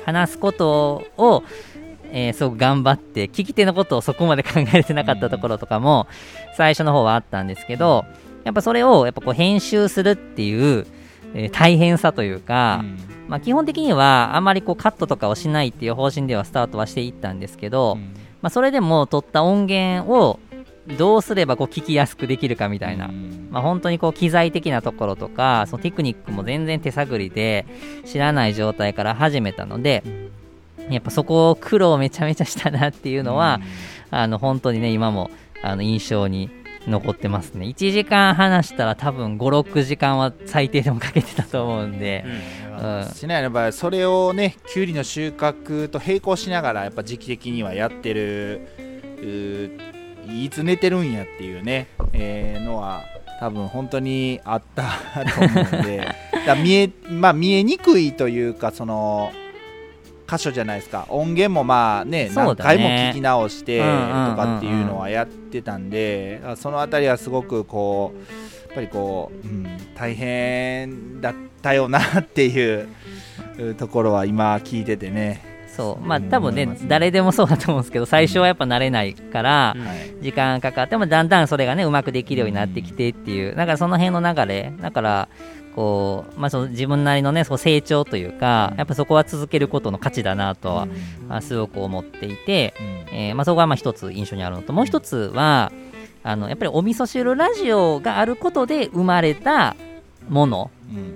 話すことをえー、すごく頑張って聞き手のことをそこまで考えてなかったところとかも最初の方はあったんですけど、やっぱそれをやっぱこう編集するっていう、えー、大変さというか、うんまあ、基本的にはあまりこうカットとかをしないっていう方針ではスタートはしていったんですけど、うんまあ、それでも撮った音源をどうすればこう聞きやすくできるかみたいな、うんまあ、本当にこう機材的なところとかそのテクニックも全然手探りで知らない状態から始めたので、やっぱそこを苦労めちゃめちゃしたなっていうのは、うん、あの本当にね今もあの印象に残ってますね。いちじかん話したら多分ご、ろくじかんは最低でもかけてたと思うんで、 うんうん、しないの場合それをねキュウリの収穫と並行しながらやっぱ時期的にはやってるいつ寝てるんやっていうね、えー、のは多分本当にあったと思うんでだ見え、まあ、見えにくいというかその箇所じゃないですか。音源もまあね何回も聞き直してとかっていうのはやってたんで、そのあたりはすごくこうやっぱりこう、うん、大変だったよなっていうところは今聞いててね。 そうまあ多分 ね, ね誰でもそうだと思うんですけど、最初はやっぱ慣れないから時間かかってもだんだんそれがねうまくできるようになってきてっていう、だからその辺の流れだからこう、まあ、その自分なりのねその成長というか、やっぱそこは続けることの価値だなとは、まあ、すごく思っていて、えーまあ、そこはまあ一つ印象にあるのと、もう一つはあのやっぱりお味噌汁ラジオがあることで生まれたもの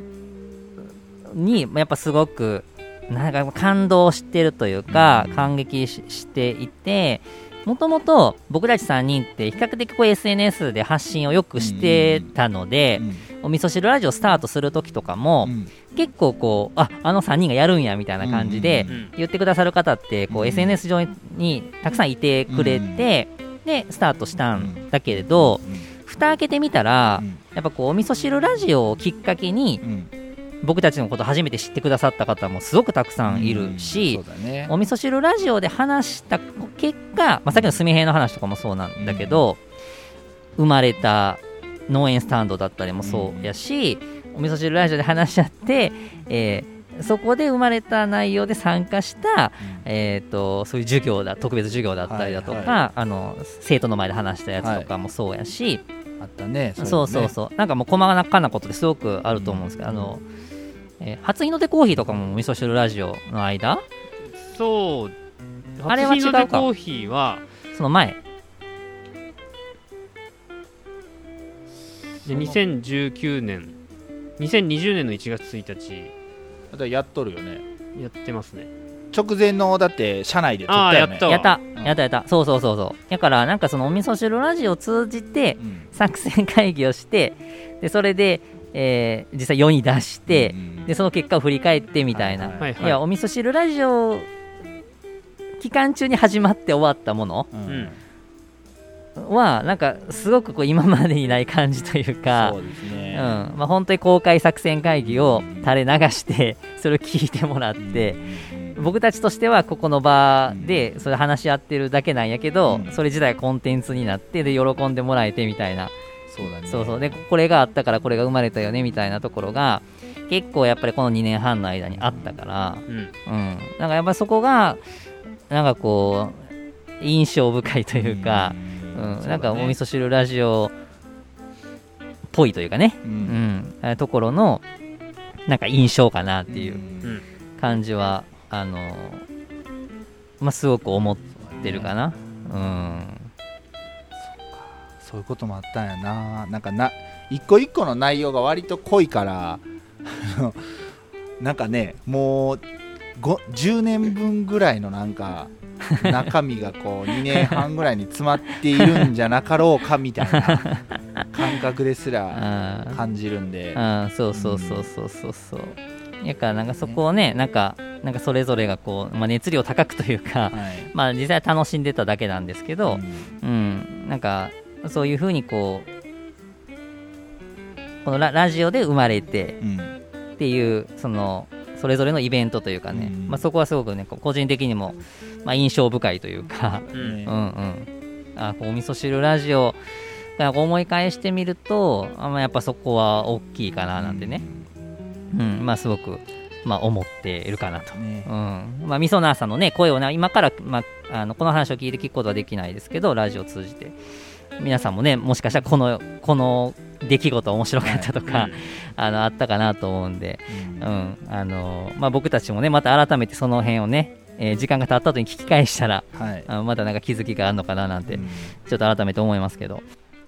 にやっぱすごくなんか感動してるというか感激 し, していて、もともと僕たちさんにんって比較的こう エスエヌエス で発信をよくしてたので、お味噌汁ラジオスタートする時とかも結構こう あ, あのさんにんがやるんやみたいな感じで言ってくださる方ってこう エスエヌエス 上にたくさんいてくれて、でスタートしたんだけれど、蓋開けてみたらやっぱこうお味噌汁ラジオをきっかけに僕たちのことを初めて知ってくださった方もすごくたくさんいるし、うん、ね、お味噌汁ラジオで話した結果、まあ、さっきのすみへいの話とかもそうなんだけど、うん、生まれた農園スタンドだったりもそうやし、うん、お味噌汁ラジオで話し合って、えー、そこで生まれた内容で参加した、うん、えー、とそういう授業だ特別授業だったりだとか、はいはい、あの生徒の前で話したやつとかもそうやし、はい、 あったね、 そうそうそうそう、なんかもう細かなことですごくあると思うんですけど、うん、あのえー、初日の出コーヒーとかもお味噌汁ラジオの間、 そう、 あれは違うか、 初日の出コーヒーはその前でにせんじゅうきゅうねんにせんにじゅうねんのいちがつついたちやっとるよね。 やってますね。 直前のだって社内で撮ったよね。 あやったやったやったそうそうそうそう。だからなんかそのお味噌汁ラジオを通じて作戦会議をして、でそれでえー、実際世に出して、うん、でその結果を振り返ってみたいな、はいはいはい、いやお味噌汁ラジオ期間中に始まって終わったもの、うん、はなんかすごくこう今までにない感じというか、そうですね、うん、まあ、本当に公開作戦会議を垂れ流してそれを聞いてもらって、うん、僕たちとしてはここの場でそれ話し合ってるだけなんやけど、うん、それ自体コンテンツになってで喜んでもらえてみたいな、そうだね、そうそうでこれがあったからこれが生まれたよねみたいなところが結構やっぱりこのにねんはんの間にあったから、うんうん、なんかやっぱりそこがなんかこう印象深いというか、うんうん、なんかお味噌汁ラジオっぽいというかね、うんうん、ところのなんか印象かなっていう感じはあの、まあ、すごく思ってるかな、うん、 そういうこともあったんやな。なんかな一個一個の内容が割と濃いからなんかねもうじゅうねんぶんぐらいのなんか中身がこうにねんはんぐらいに詰まっているんじゃなかろうかみたいな感覚ですら感じるんで、 ああそうそうそうそうそうそう、だからなんかそこをね、なんかなんかそれぞれがこう、まあ、熱量高くというか、はい、まあ実際楽しんでただけなんですけど、うん、うん、なんかそういう風にこうこの ラ, ラジオで生まれてっていう、そのそれぞれのイベントというかね、うん、まあ、そこはすごくね個人的にも、まあ、印象深いというか、うんうんうん、あお味噌汁ラジオ思い返してみると、あ、まあ、やっぱそこは大きいかななんてね、うん、まあすごく、まあ、思っているかなと、ね、うん、まあ、みそなーさんのね声をね今から、まあ、あのこの話を聞いて聞くことはできないですけど、ラジオを通じて皆さんもねもしかしたらこのこの出来事面白かったとか、はい、あのあったかなと思うんで、うんうん、あのまあ、僕たちもねまた改めてその辺をね、えー、時間が経った後に聞き返したら、はい、あのまたなんか気づきがあるのかななんて、うん、ちょっと改めて思いますけど、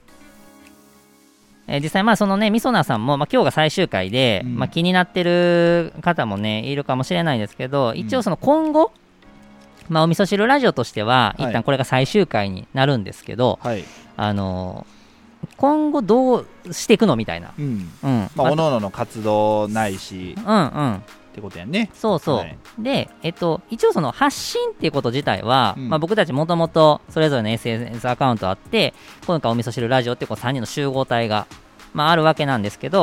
えー、実際まあそのねみそなさんも、まあ、今日が最終回で、うん、まあ、気になってる方もねいるかもしれないんですけど、一応その今後、うん、まあ、お味噌汁ラジオとしては一旦これが最終回になるんですけど、はい、あのー今後どうしていくのみたいな、うんうん、 まあ、おのおのの活動ないし、うんうん、ってことやね。 そうそう、はい、で、えっと、一応その発信っていうこと自体は、うん、まあ、僕たちもともとそれぞれの エスエヌエス アカウントあって、今回お味噌汁ラジオってこうさんにんの集合体が、まあ、あるわけなんですけど、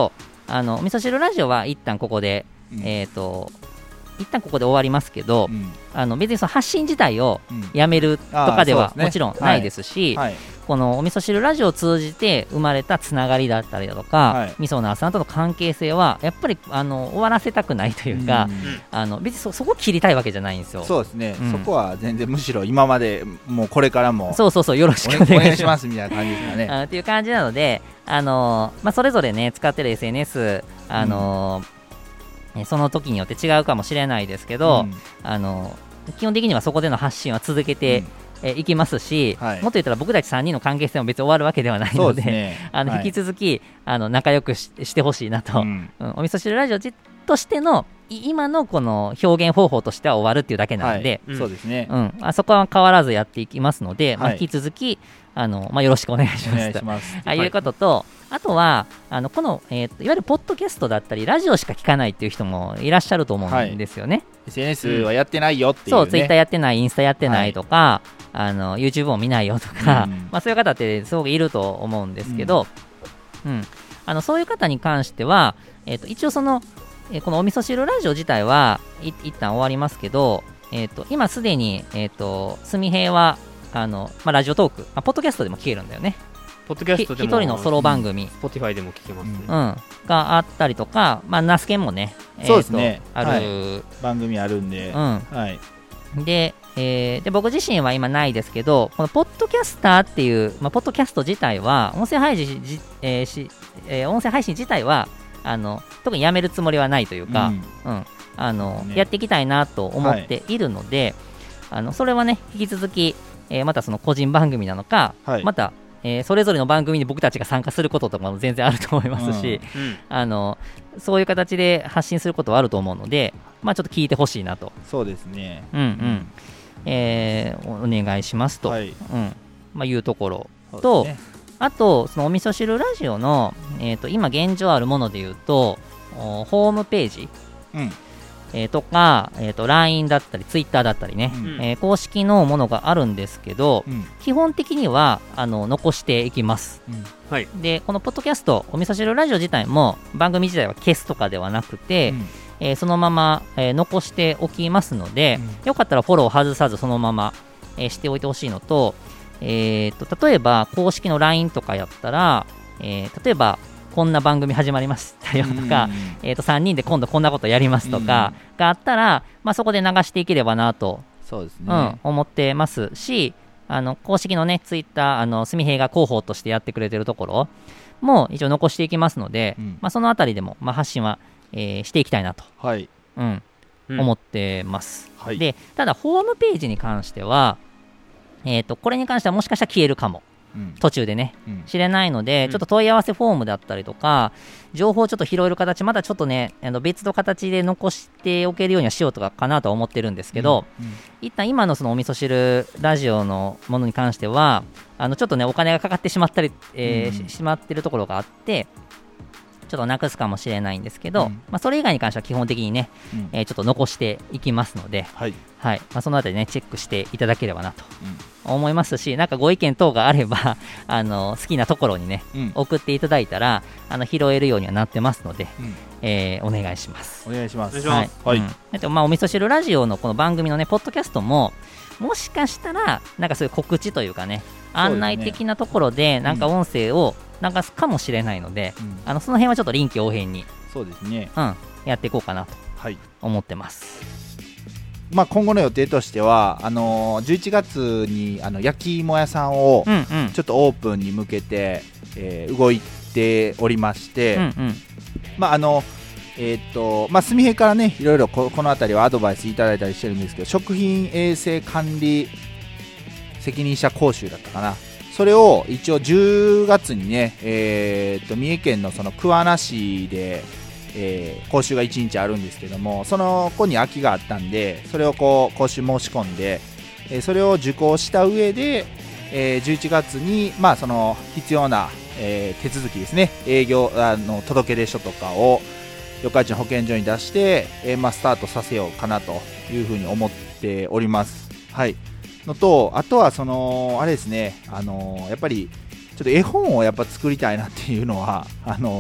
あのお味噌汁ラジオは一旦ここで、うん、えっ、ー、と一旦ここで終わりますけど、うん、あの別にその発信自体をやめるとかではもちろんないですし、はいはい、このお味噌汁ラジオを通じて生まれたつながりだったりだとか、はい、味噌なーさんとの関係性はやっぱりあの終わらせたくないというか、うん、あの別に そ, そこを切りたいわけじゃないんですよ。 そうですね、うん、そこは全然むしろ今までもうこれからもそうそうそうよろしくお願いしますみたいな感じですかねあっていう感じなので、あのーまあ、それぞれね使ってる エスエヌエス、あのーうんその時によって違うかもしれないですけど、うん、あの基本的にはそこでの発信は続けて、うんえいきますし、はい、もっと言ったら僕たちさんにんの関係性も別に終わるわけではないの で, で、ねあのはい、引き続きあの仲良く し, してほしいなと、うんうん、お味噌汁ラジオとしての今のこの表現方法としては終わるっていうだけなので、 はい、そうですね、 うん、あそこは変わらずやっていきますので、はいまあ、引き続きあの、まあ、よろしくお願いしますとあいうことと、はい、あとはあのこの、えー、といわゆるポッドキャストだったりラジオしか聞かないっていう人もいらっしゃると思うんですよね、はい、 エスエヌエス はやってないよっていう、ね、 そうツイッターやってないインスタやってないとか、はい、あの YouTube も見ないよとか、うんまあ、そういう方ってすごくいると思うんですけど、うんうん、あのそういう方に関しては、えー、と一応そのこのお味噌汁ラジオ自体はい一旦終わりますけど、えー、と今すでに、えー、とすみへいはあの、まあ、ラジオトーク、まあ、ポッドキャストでも聞けるんだよね。 ポッドキャストでも一人のソロ番組、 うん、Spotify でも聞けますね、 うん、があったりとか、まあ、ナスケンもね、 そうですね、 えー、ある、 はい、番組あるんで、うんはい、 でえー、で僕自身は今ないですけど、このポッドキャスターっていう、まあ、ポッドキャスト自体は音声配信じ、えーしえー、音声配信自体はあの特にやめるつもりはないというか、うんうん、あのね、やっていきたいなと思っているので、はい、あのそれはね引き続き、えー、またその個人番組なのか、はい、また、えー、それぞれの番組に僕たちが参加することとかも全然あると思いますし、うん、あのそういう形で発信することはあると思うので、まあ、ちょっと聞いてほしいなと。 そうですね、 うんうんえー、お願いしますと、はいうんまあ、いうところと、ね、あとそのお味噌汁ラジオの、えー、と今現状あるものでいうとホームページ、うんえー、とか、えー、と ライン だったり Twitter だったりね、うんえー、公式のものがあるんですけど、うん、基本的にはあの残していきます、うんはい、でこのポッドキャストお味噌汁ラジオ自体も番組自体は消すとかではなくて、うんえー、そのまま、えー、残しておきますので、うん、よかったらフォロー外さずそのまま、えー、しておいてほしいのと、えー、と例えば公式の ライン とかやったら、えー、例えばこんな番組始まりましたよとか、うんえー、とさんにんで今度こんなことやりますとかがあったら、まあ、そこで流していければなとそうですね、 うん、思ってますし、あの公式のねツイッターあのすみへいが広報としてやってくれてるところも一応残していきますので、うんまあ、そのあたりでも、まあ、発信はえー、していきたいなと、はいうんうん、思ってます、はい、でただホームページに関しては、えー、とこれに関してはもしかしたら消えるかも、うん、途中でね、うん、知れないので、うん、ちょっと問い合わせフォームだったりとか情報をちょっと拾える形まだちょっとねあの別の形で残しておけるようにはしようとかかなとは思ってるんですけど、うんうん、一旦今のそのお味噌汁ラジオのものに関してはあのちょっとねお金がかかってしまったり、えーうん、し, しまってるところがあってちょっとなくすかもしれないんですけど、うんまあ、それ以外に関しては基本的にね、うんえー、ちょっと残していきますので、はいはいまあ、そのあたりねチェックしていただければなと思いますし、なんかご意見等があればあの好きなところにね、うん、送っていただいたらあの拾えるようにはなってますので、うんえー、お願いしますお願いしますはい、はいうん、だってまあお味噌汁ラジオのこの番組のねポッドキャストももしかしたらなんかそういう告知というかね案内的なところでなんか音声を流すかもしれないので、うん、あのその辺はちょっと臨機応変にそうですね、 うん、やっていこうかなと思ってます、はいまあ、今後の予定としてはあのー、じゅういちがつにあの焼き芋屋さんをちょっとオープンに向けて、うんうんえー、動いておりまして、うんうんまああのえーとまあ、すみへいからねいろいろ こ, このあたりはアドバイスいただいたりしてるんですけど食品衛生管理責任者講習だったかなそれを一応じゅうがつにね、えー、と三重県のその桑名市で、えー、講習がいちにちあるんですけどもその子に空きがあったんでそれをこう講習申し込んで、えー、それを受講した上で、えー、じゅういちがつに、まあ、その必要な、えー、手続きですね営業あの届出書とかを四日市の保健所に出して、えーまあ、スタートさせようかなというふうに思っております。はいのとあとはそのあれですね、あのー、やっぱりちょっと絵本をやっぱ作りたいなっていうのはあのー、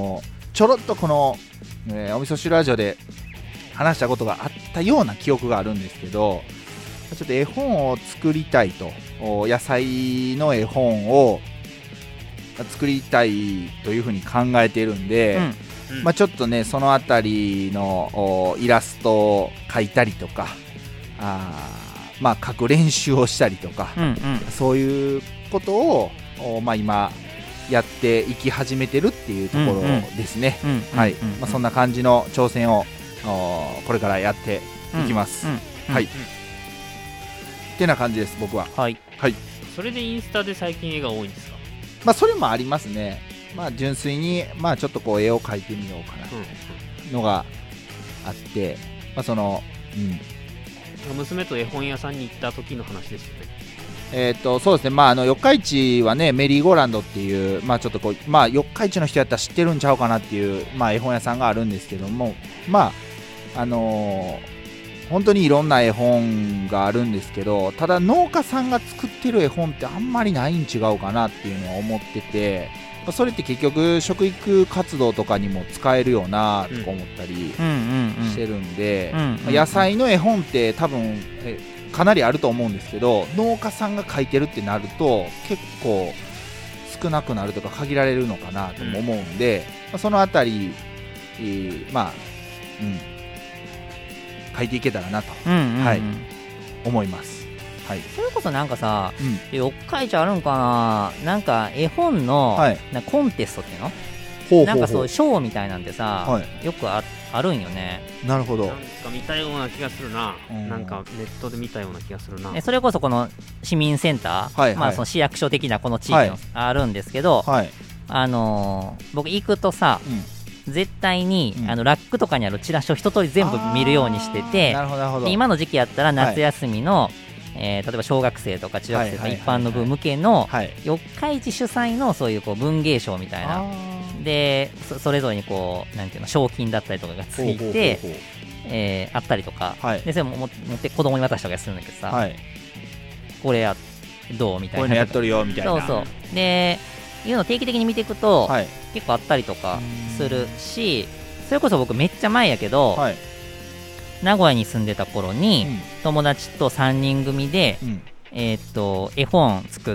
ちょろっとこの、えー、お味噌汁ラジオで話したことがあったような記憶があるんですけど、ちょっと絵本を作りたいと、野菜の絵本を作りたいというふうに考えているんで、うんうん、まあ、ちょっとねそのあたりのイラストを描いたりとか、あまあ描く練習をしたりとか、うんうん、そういうことを、まあ、今やっていき始めてるっていうところですね。はい、まあ、そんな感じの挑戦をこれからやっていきます。うんうん、はい、うん、ってな感じです僕は。 はい、 はい、それでインスタで最近絵が多いんですか？ まあそれもありますね。まあ純粋にまあちょっとこう絵を描いてみようかなのがあって、まあそのうん娘と絵本屋さんに行った時の話ですよね。 えっとそうですね、まああの四日市はねメリーゴーランドっていうまあちょっとこうまあ四日市の人やったら知ってるんちゃうかなっていうまあ絵本屋さんがあるんですけども、まああのー本当にいろんな絵本があるんですけど、ただ農家さんが作ってる絵本ってあんまりないん違うかなっていうのは思ってて、それって結局食育活動とかにも使えるよなとか思ったりしてるんで、野菜の絵本って多分えかなりあると思うんですけど、農家さんが描いてるってなると結構少なくなるとか限られるのかなとも思うんで、うん、そのあたり、えー、まあうん書いていけたらなと、うんうんうん、はい、思います。はい、 それこそなんかさ、うん、四日市あるんかな、なんか絵本の、はい、なコンテストっていうの、ほうほうほう、なんかそう賞みたいなんてさ、はい、よく あ, あるんよね。 なるほど。 なんか見たような気がするな、うん、なんかネットで見たような気がするな。 それこそこの市民センター、はいはい、まあ、その市役所的なこの地域のあるんですけど、はい、あのー、僕行くとさ、うん絶対に、うん、あのラックとかにあるチラシを一通り全部見るようにしてて、で今の時期やったら夏休みの、はい、えー、例えば小学生とか中学生とか一般の部向けの四日市主催のそういうこう文芸賞みたいなで そ, それぞれにこうなんていうの賞金だったりとかがついて、えー、あったりとか、はい、でそれも持って子供に渡したりするんだけどさ、はい、これやどうみたいな、 こういうのやっとるよみたいな、 そうそうでいうのを定期的に見ていくと、はい、結構あったりとかするし、それこそ僕めっちゃ前やけど、はい、名古屋に住んでた頃に、うん、友達とさんにん組で、うん、えー、っと絵本作って、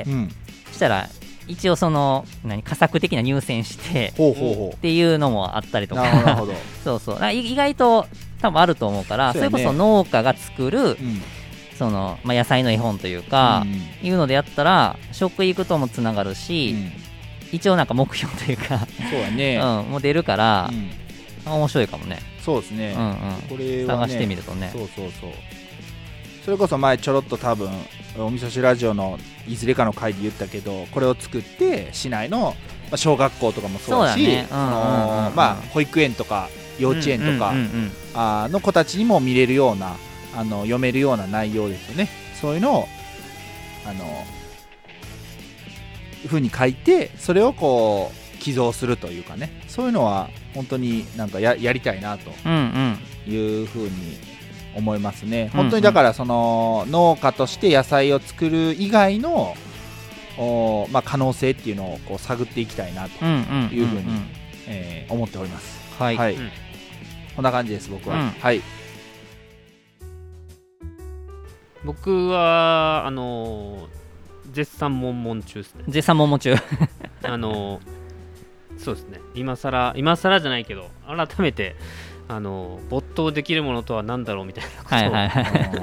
うん、したら一応その何佳作的な入選してほうほうほうっていうのもあったりとかなるほどそうそう意外と多分あると思うから、 そ, う、ね、それこそ農家が作る、うんそのまあ、野菜の絵本というか、うん、いうのでやったら食育ともつながるし、うん、一応なんか目標というかそうやね、 うん、もう出るから、うん、面白いかもね。 そうですね、うんうん、これはね探してみるとね。 そうそうそう、それこそ前ちょろっと多分お味噌汁ラジオのいずれかの回で言ったけど、これを作って市内の小学校とかもそうだし、ね、うんうんうんうん、まあ、保育園とか幼稚園とか、うんうんうんうん、あの子たちにも見れるようなあの読めるような内容ですよね。そういうのをあの風に書いて、それをこう寄贈するというかね、そういうのは本当になんか や, やりたいなという風に思いますね、うんうん、本当にだからその農家として野菜を作る以外のお、まあ、可能性っていうのをこう探っていきたいなという風に、うんうんうんうん、えー、思っております。はい、はい、うん、こんな感じです僕は、うん、はい。 僕はあのー、絶賛悶々中ですね。 絶賛悶々中あのー、そうですね、今更今更じゃないけど改めてあのー、没頭できるものとは何だろうみたいなことを、はいはいはい、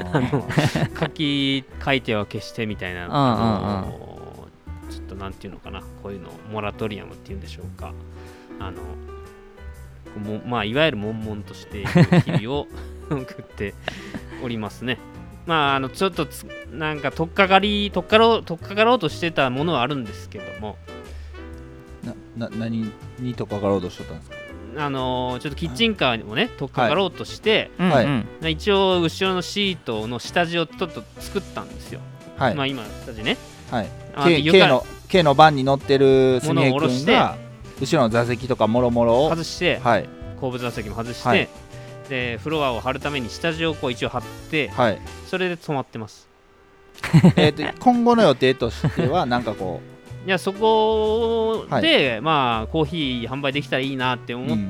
あの書き書いては消してみたいな、あのー、ちょっとなんていうのかな、こういうのモラトリアムっていうんでしょうか、あのもまあいわゆる悶々としている日々を送っておりますね。まあ、あのちょっとつなんか取っかかり取っかろう取っかかろうとしてたものはあるんですけども、 なな何に取っかかろうとしてたんですか。 あのー、ちょっとキッチンカーにもね取っかかろうとして、 はい、 一応後ろのシートの下地をちょっと作ったんですよ。はい、まあ今下地ね、 はい、K, K, の K のバンに乗ってるすみえ君が後ろの座席とかもろもろを外して、 はい、 後部座席も外して、はい、でフロアを張るために下地をこう一応張って、はい、それで止まってます。 えと今後の予定としてはなんかこういやそこで、はい、まあコーヒー販売できたらいいなって思って、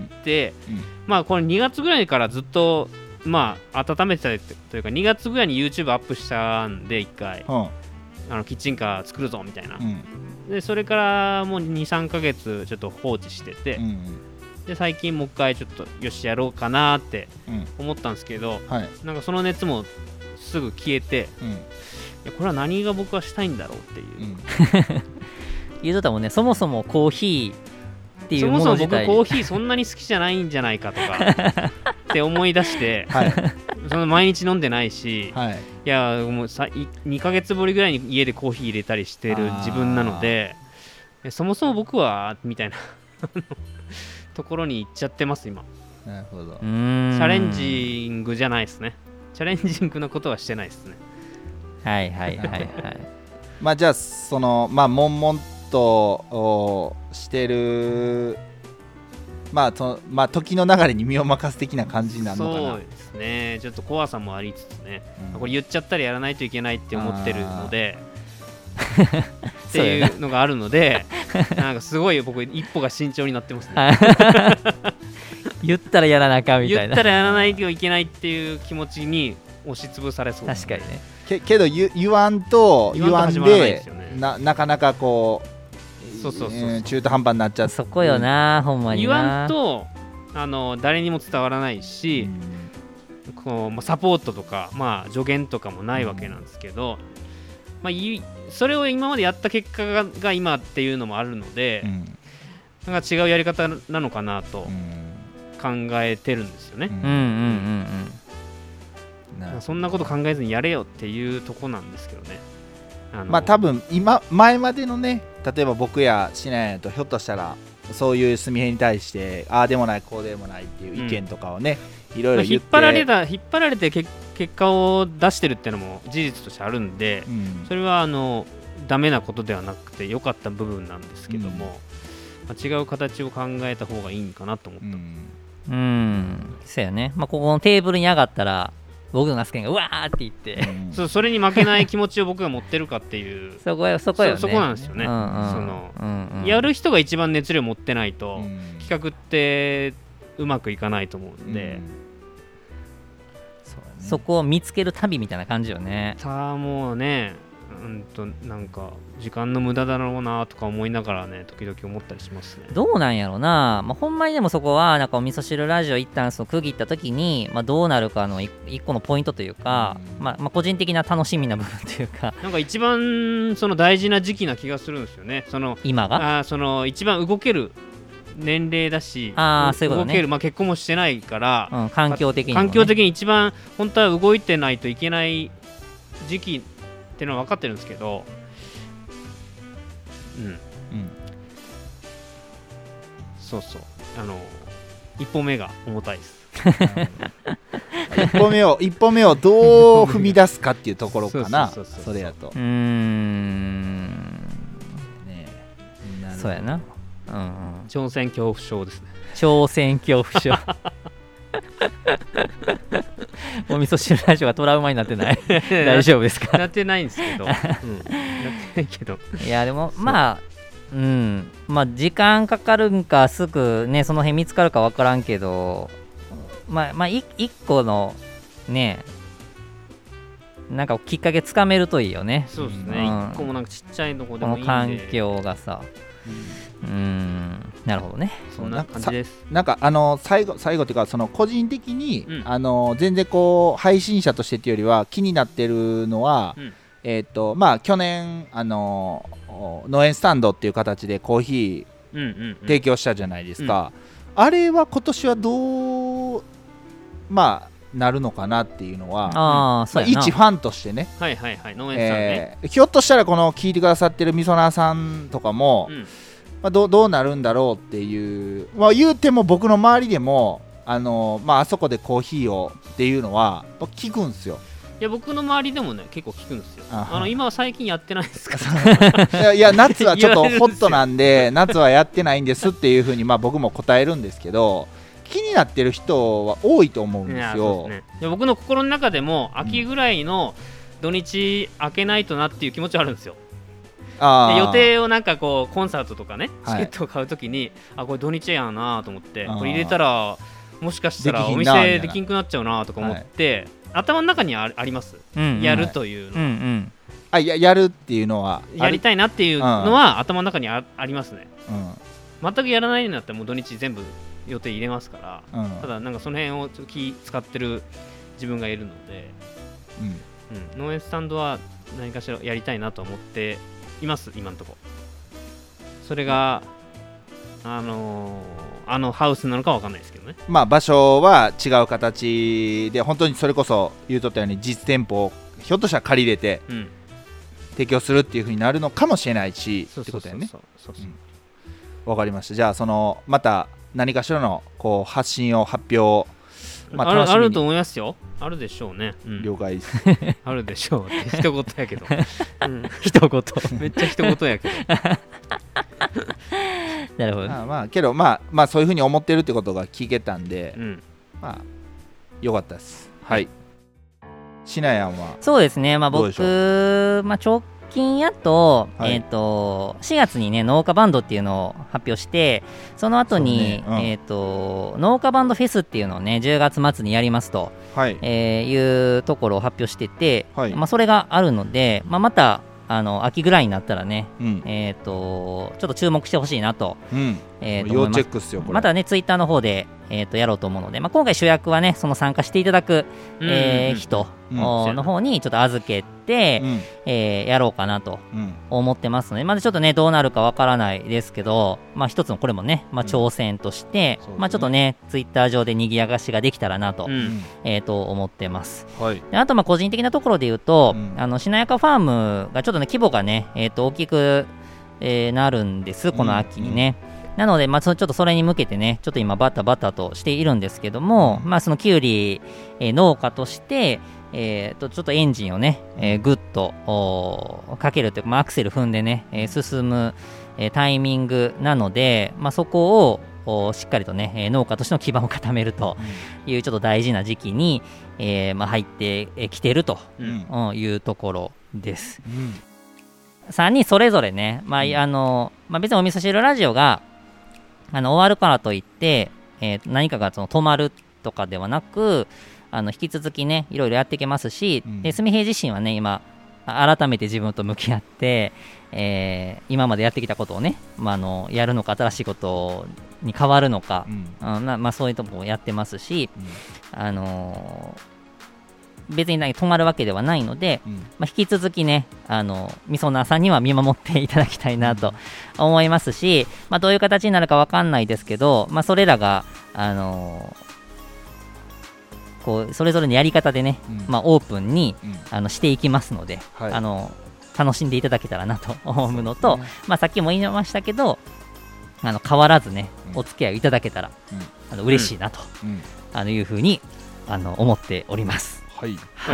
うんうん、まあこれにがつぐらいからずっとまあ温めてたというかにがつぐらいに YouTube アップしたんでいっかい、うん、あのキッチンカー作るぞみたいな、うん、でそれからもう にさんかげつちょっと放置してて、うんうん、で最近もう一回ちょっとよしやろうかなって思ったんですけど、うんはい、なんかその熱もすぐ消えて、うん、いやこれは何が僕はしたいんだろうっていう、うん、 言うとったもんね。そもそもコーヒーっていうもの自体、 そもそも僕コーヒーそんなに好きじゃないんじゃないかとかって思い出して、はい、その毎日飲んでないし、はい、いやもうさにかげつぶりぐらいに家でコーヒー入れたりしてる自分なので、そもそも僕はみたいなところに行っちゃってます今。 なるほど。 チャレンジングじゃないですね。チャレンジングのことはしてないですね。 はいはいはいはい。 まあじゃあそのまあ悶々としてるまあとまあ時の流れに身を任す的な感じになるのかな。 そうですね。ちょっと怖さもありつつね、うん、これ言っちゃったらやらないといけないって思ってるのでっていうのがあるのでなんかすごい僕一歩が慎重になってますね言ったらやらなあかんみたいな。 言ったらやらないといけないっていう気持ちに押しつぶされそう。 確かにね。 け, けど 言, 言わんと言わん で, で、ね、な, なかなかこうそうそうそうそう、えー、 中途半端になっちゃって、 そこよな、ほんまにな。 言わんとあの誰にも伝わらないし、うん、こうまあ、サポートとか、まあ、助言とかもないわけなんですけど、うんまあ、いそれを今までやった結果 が, が今っていうのもあるので、うん、なんか違うやり方なのかなと考えてるんですよね、うんうんうんうん、そんなこと考えずにやれよっていうとこなんですけどね。 あのまあ多分今前までのね、例えば僕やしないとひょっとしたらそういうすみへに対してああでもないこうでもないっていう意見とかをね、うん、いろいろ言って引っ張られた引っ張られて結果を出してるっていうのも事実としてあるんで、うん、それはあのダメなことではなくて良かった部分なんですけども、うんまあ、違う形を考えた方がいいんかなと思った。うん、 うんそうやね。まあここのテーブルに上がったら僕のナスケンがうわーって言って、 うん、そ, それに負けない気持ちを僕が持ってるかっていうそこやそこや、ね、 そ, そこなんですよね、うんうんそのうんうん、やる人が一番熱量持ってないと、うん、企画ってうまくいかないと思うんで、うんそうね、そこを見つける旅みたいな感じよね。 さあもうねうんとなんか時間の無駄だろうなとか思いながらね時々思ったりしますね。 どうなんやろうな、まあ、ほんまにでもそこはなんかお味噌汁ラジオ一旦その区切った時に、まあ、どうなるかの一個のポイントというか、うんまあ、まあ個人的な楽しみな部分というかなんか一番その大事な時期な気がするんですよね。その今があその一番動ける年齢だしあそういうことね、 動ける、まあ、結婚もしてないから、 うん、環境的にも、ね、 環境的に一番本当は動いてないといけない時期っていうのは分かってるんですけどうん、うん、そうそうあの一歩目が重たいです一歩目を一歩目をどう踏み出すかっていうところかな。それやとうーんねえそうやな、うんうん、 挑戦恐怖症ですね。 挑戦恐怖症お味噌汁ラジオがトラウマになってない大丈夫ですか？ なってないんですけど、うん、なってないけどいやでもまあうんまあ時間かかるんかすぐねその辺見つかるか分からんけどまあまあ一個のねなんかきっかけつかめるといいよね。 そうですね、うん、一個もなんかちっちゃいとこでもいいんでこの環境がさうん、うんなるほどね。 そんな感じです。 なんかあの最後最後っていうかその個人的に、うん、あの全然こう配信者としてっていうよりは気になってるのは、うん、えっ、ー、とまあ去年あの農園スタンドっていう形でコーヒー提供したじゃないですか、うんうんうん、あれは今年はどうまあなるのかなっていうのはあ、 まあ、一ファンとしてね、 はいはいはい、農園さんね、 えー、ひょっとしたらこの聞いてくださってるみそなさんとかも、うんまあ、ど, どうなるんだろうっていう、まあ、言うても僕の周りでも あ, の、まあ、あそこでコーヒーをっていうのは聞くんですよ。 いや僕の周りでもね結構聞くんですよ。ああの今は最近やってないですかい, やいや夏はちょっとホットなんで夏はやってないんですっていうふうにまあ僕も答えるんですけど気になってる人は多いと思うんですよ。いやそうですね、 いや僕の心の中でも秋ぐらいの土日開けないとなっていう気持ちはあるんですよ。 で予定をなんかこうコンサートとかねチケットを買うときに、はい、あこれ土日やなと思ってこれ入れたらもしかしたらお店できんくなっちゃうなとか思って、はい、頭の中に あ, あります、うんうん、やるというの、はいうんうん、 あ や, やるっていうのはやりたいなっていうのは頭の中に あ, ありますね、うん、全くやらないんだったらもう土日全部予定入れますから、うん、ただなんかその辺を気使ってる自分がいるので、うんうん、農園スタンドは何かしらやりたいなと思っています今のところ。それがあのー、あのハウスなのか分かんないですけどね。 まあ場所は違う形で本当にそれこそ言うとったように実店舗をひょっとしたら借りれて、うん、提供するっていう風になるのかもしれないしってことだよね。わかりました。じゃあそのまた何かしらのこう発信を発表、 まあ、あ, るあると思いますよ。あるでしょうね、うん、 了解ですあるでしょうって一言やけど、うん、一言めっちゃ一言やけどなるほど、 まあ、まあけどまあまあそういう風に思ってるってことが聞けたんで、うん、まあよかったです。はい。しなやんはそうですね、まあ、僕、まあ、直近やと、はい、えーとしがつにね農家バンドっていうのを発表してその後に、ねうんえー、と農家バンドフェスっていうのをねじゅうがつ末にやりますと、はいえー、いうところを発表してて、はいまあ、それがあるので、まあ、またあの秋ぐらいになったらね、うんえー、とちょっと注目してほしいなと、うんえー、と思います。 要チェックっすよこれ。 またねツイッターの方で、えー、とやろうと思うので、まあ、今回主役はねその参加していただく、えー、人の方にちょっと預けて、うんえー、やろうかなと思ってますので、まだちょっとねどうなるかわからないですけど、まあ、一つのこれもね、まあ、挑戦として、うんまあ、ちょっとねツイッター上で賑やかしができたらなと、うんえー、と思ってます、はい、であとまあ個人的なところで言うと、うん、あのしなやかファームがちょっとね規模がね、えー、と大きく、えー、なるんですこの秋にね、うんうんなので、まあ、ちょっとそれに向けてねちょっと今バタバタとしているんですけども、まあ、そのキュウリ、えー、農家として、えー、とちょっとエンジンをね、えー、グッとかけるというか、まあ、アクセル踏んでね、えー、進む、えー、タイミングなので、まあ、そこをしっかりとね、えー、農家としての基盤を固めるというちょっと大事な時期に、えーまあ、入ってきているというところです、うん、さんにんそれぞれね、まああのまあ、別にお味噌汁ラジオがあの終わるからといって、えー、何かがその止まるとかではなくあの引き続きねいろいろやっていけますし、うん、で純平自身はね今改めて自分と向き合って、えー、今までやってきたことをね、まあ、あのやるのか新しいことに変わるのか、うんあなまあ、そういうところをやってますし、うんあのー別に止まるわけではないので、うんまあ、引き続きねあのみそなーさんには見守っていただきたいなと思いますし、まあ、どういう形になるか分かんないですけど、まあ、それらが、あのー、こうそれぞれのやり方でね、うんまあ、オープンに、うん、あのしていきますので、はい、あの楽しんでいただけたらなと思うのと、ねまあ、さっきも言いましたけどあの変わらずね、うん、お付き合いいただけたら、うん、あの嬉しいなと、うん、あのいうふうにあの思っております。はい、はい、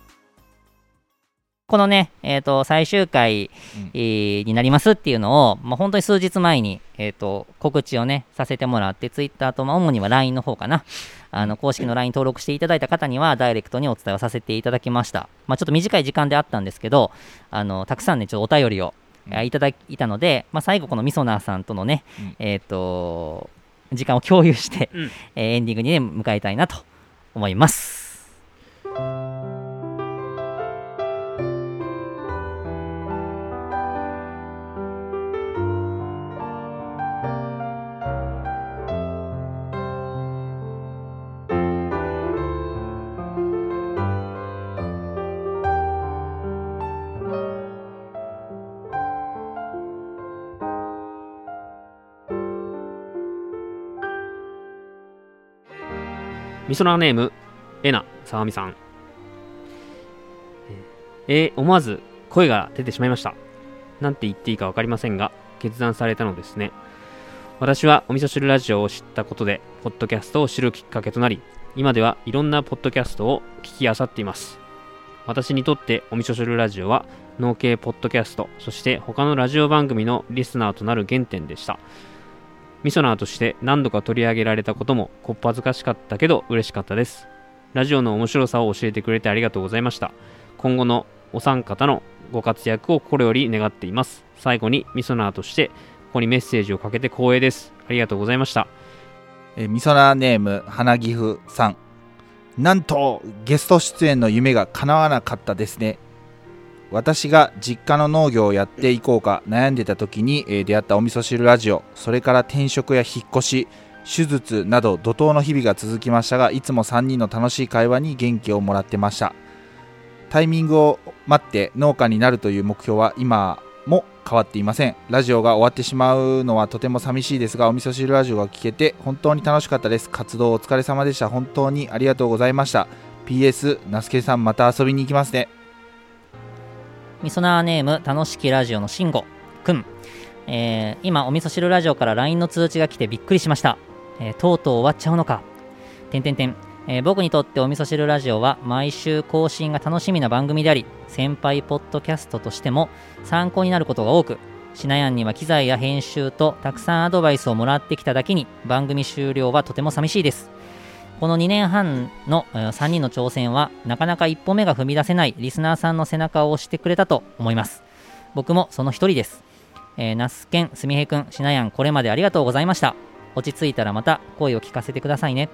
このね、えー、と最終回、うんえー、になりますっていうのを、まあ、本当に数日前に、えー、と告知をねさせてもらってツイッターと、まあ、主には ライン の方かなあの公式の ライン 登録していただいた方にはダイレクトにお伝えをさせていただきました、まあ、ちょっと短い時間であったんですけどあのたくさんねちょっとお便りを、うん、いただいたので、まあ、最後このみそなーさんとのね、うん、えっ、ー、と時間を共有して、うんえー、エンディングに、ね、迎えたいなと思います。 みそなーネームえなさわみさん、えー、思わず声が出てしまいました。なんて言っていいか分かりませんが決断されたのですね。私はお味噌汁ラジオを知ったことでポッドキャストを知るきっかけとなり今ではいろんなポッドキャストを聞き漁っています。私にとってお味噌汁ラジオは農系ポッドキャストそして他のラジオ番組のリスナーとなる原点でした。ミソナーとして何度か取り上げられたこともこっぱずかしかったけど嬉しかったです。ラジオの面白さを教えてくれてありがとうございました。今後のお三方のご活躍を心より願っています。最後にみそなーとしてここにメッセージをかけて光栄です。ありがとうございました。 えみそなーネーム花岐阜さん、なんとゲスト出演の夢が叶わなかったですね。私が実家の農業をやっていこうか悩んでた時に、えー、出会ったお味噌汁ラジオ、それから転職や引っ越し、手術など怒涛の日々が続きましたが、いつもさんにんの楽しい会話に元気をもらってました。タイミングを待って農家になるという目標は今も変わっていません。ラジオが終わってしまうのはとても寂しいですが、お味噌汁ラジオが聞けて本当に楽しかったです。活動お疲れ様でした。本当にありがとうございました。 ピーエス 那須家さんまた遊びに行きますね。 みそなーネーム楽しきラジオのしんごくん、えー、今お味噌汁ラジオから ライン の通知が来てびっくりしました。えー、とうとう終わっちゃうのか。てんてんてん、えー、僕にとってお味噌汁ラジオは毎週更新が楽しみな番組であり、先輩ポッドキャストとしても参考になることが多く、しなやんには機材や編集とたくさんアドバイスをもらってきただけに番組終了はとても寂しいです。このにねんはんのさんにんの挑戦はなかなか一歩目が踏み出せないリスナーさんの背中を押してくれたと思います。僕もその一人です。えー、那須健、すみへくん、しなやん、これまでありがとうございました。落ち着いたらまた声を聞かせてくださいね。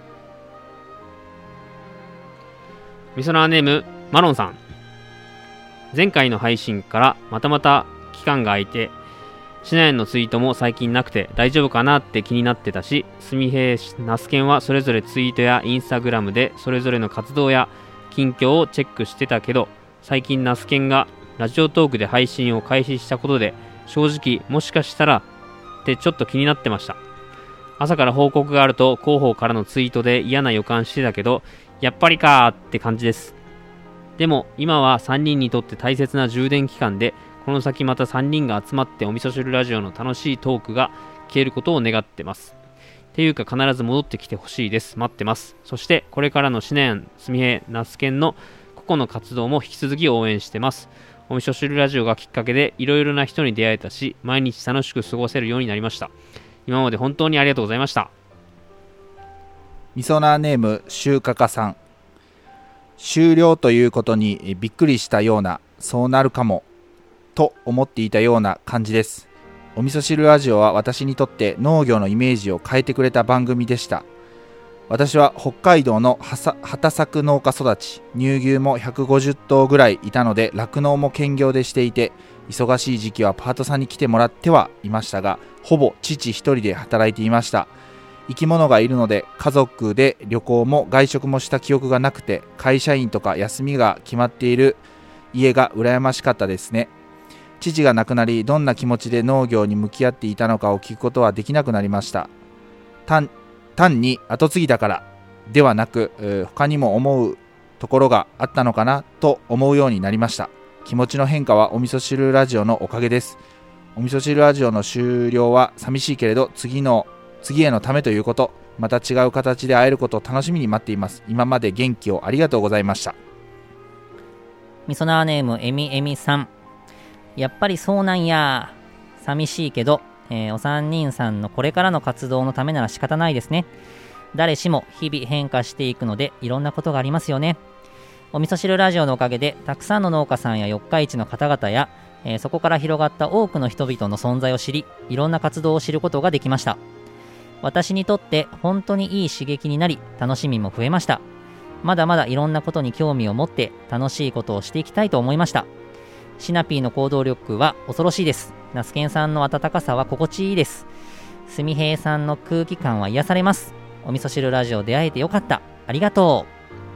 みそなーネームマロンさん、前回の配信からまたまた期間が空いて、しなやんのツイートも最近なくて大丈夫かなって気になってたし、すみへい、那須健はそれぞれツイートやインスタグラムでそれぞれの活動や近況をチェックしてたけど、最近那須健がラジオトークで配信を開始したことで正直もしかしたらってちょっと気になってました。朝から報告があると広報からのツイートで嫌な予感してたけど、やっぱりかーって感じです。でも今はさんにんにとって大切な充電期間で、この先またさんにんが集まってお味噌汁ラジオの楽しいトークが聞けることを願ってます。っていうか必ず戻ってきてほしいです。待ってます。そしてこれからのしなやん、すみへい、那須健の個々の活動も引き続き応援してます。お味噌汁ラジオがきっかけでいろいろな人に出会えたし、毎日楽しく過ごせるようになりました。今まで本当にありがとうございました。 みそなーネームしゅうかかさん、終了ということにびっくりしたような、そうなるかもと思っていたような感じです。お味噌汁ラジオは私にとって農業のイメージを変えてくれた番組でした。私は北海道の畑作農家育ち、乳牛もひゃくごじゅっとうぐらいいたので酪農も兼業でしていて、忙しい時期はパートさんに来てもらってはいましたが、ほぼ父一人で働いていました。生き物がいるので家族で旅行も外食もした記憶がなくて、会社員とか休みが決まっている家が羨ましかったですね。父が亡くなり、どんな気持ちで農業に向き合っていたのかを聞くことはできなくなりました。単単に後継ぎだからではなく、えー、他にも思うところがあったのかなと思うようになりました。気持ちの変化はお味噌汁ラジオのおかげです。お味噌汁ラジオの終了は寂しいけれど、次の次へのためということ、また違う形で会えることを楽しみに待っています。今まで元気をありがとうございました。 みそなーネームえみえみさん、やっぱりそうなんや。寂しいけど、えー、お三人さんのこれからの活動のためなら仕方ないですね。誰しも日々変化していくので、いろんなことがありますよね。お味噌汁ラジオのおかげで、たくさんの農家さんや四日市の方々や、えー、そこから広がった多くの人々の存在を知り、いろんな活動を知ることができました。私にとって本当にいい刺激になり、楽しみも増えました。まだまだいろんなことに興味を持って楽しいことをしていきたいと思いました。シナピーの行動力は恐ろしいです。ナスケンさんの温かさは心地いいです。すみへいさんの空気感は癒されます。お味噌汁ラジオ出会えてよかった。ありがと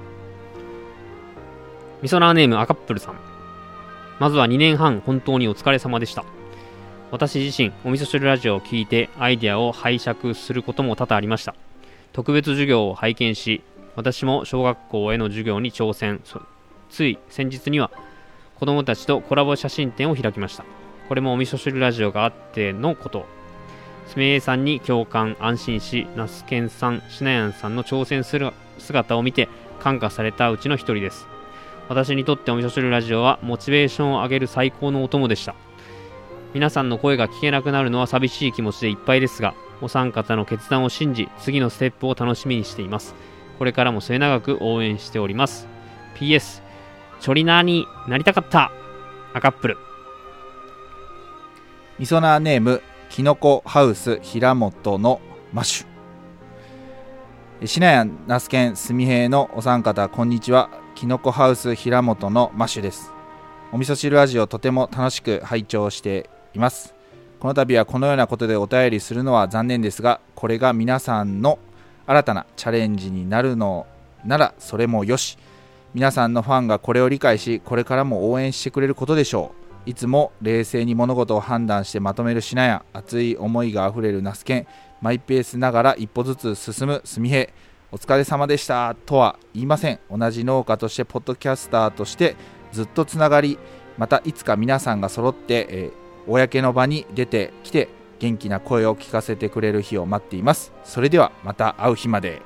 う。みそなーネーム赤ップルさん、まずはにねんはん本当にお疲れ様でした。私自身お味噌汁ラジオを聞いてアイデアを拝借することも多々ありました。特別授業を拝見し、私も小学校への授業に挑戦。つい先日には子供たちとコラボ写真展を開きました。これもお味噌汁ラジオがあってのこと。すみへいさんに共感安心し、那須健さん、しなやんさんの挑戦する姿を見て感化されたうちの一人です。私にとってお味噌汁ラジオはモチベーションを上げる最高のお供でした。皆さんの声が聞けなくなるのは寂しい気持ちでいっぱいですが、お三方の決断を信じ、次のステップを楽しみにしています。これからも末永く応援しております。ピーエス チョリナーになりたかった。 赤ップル。 みそなーネームきのこハウス平本のマッシュ。しなやん、那須研、すみへいのお三方、こんにちは。きのこハウス平本のマッシュです。お味噌汁ラジオ、とても楽しく拝聴しています。この度はこのようなことでお便りするのは残念ですが、これが皆さんの新たなチャレンジになるのならそれもよし。皆さんのファンがこれを理解し、これからも応援してくれることでしょう。いつも冷静に物事を判断してまとめるしなやん、熱い思いがあふれる那須研、マイペースながら一歩ずつ進むすみへい、お疲れ様でしたとは言いません。同じ農家としてポッドキャスターとしてずっとつながり、またいつか皆さんが揃って、えー、公の場に出てきて元気な声を聞かせてくれる日を待っています。それではまた会う日まで。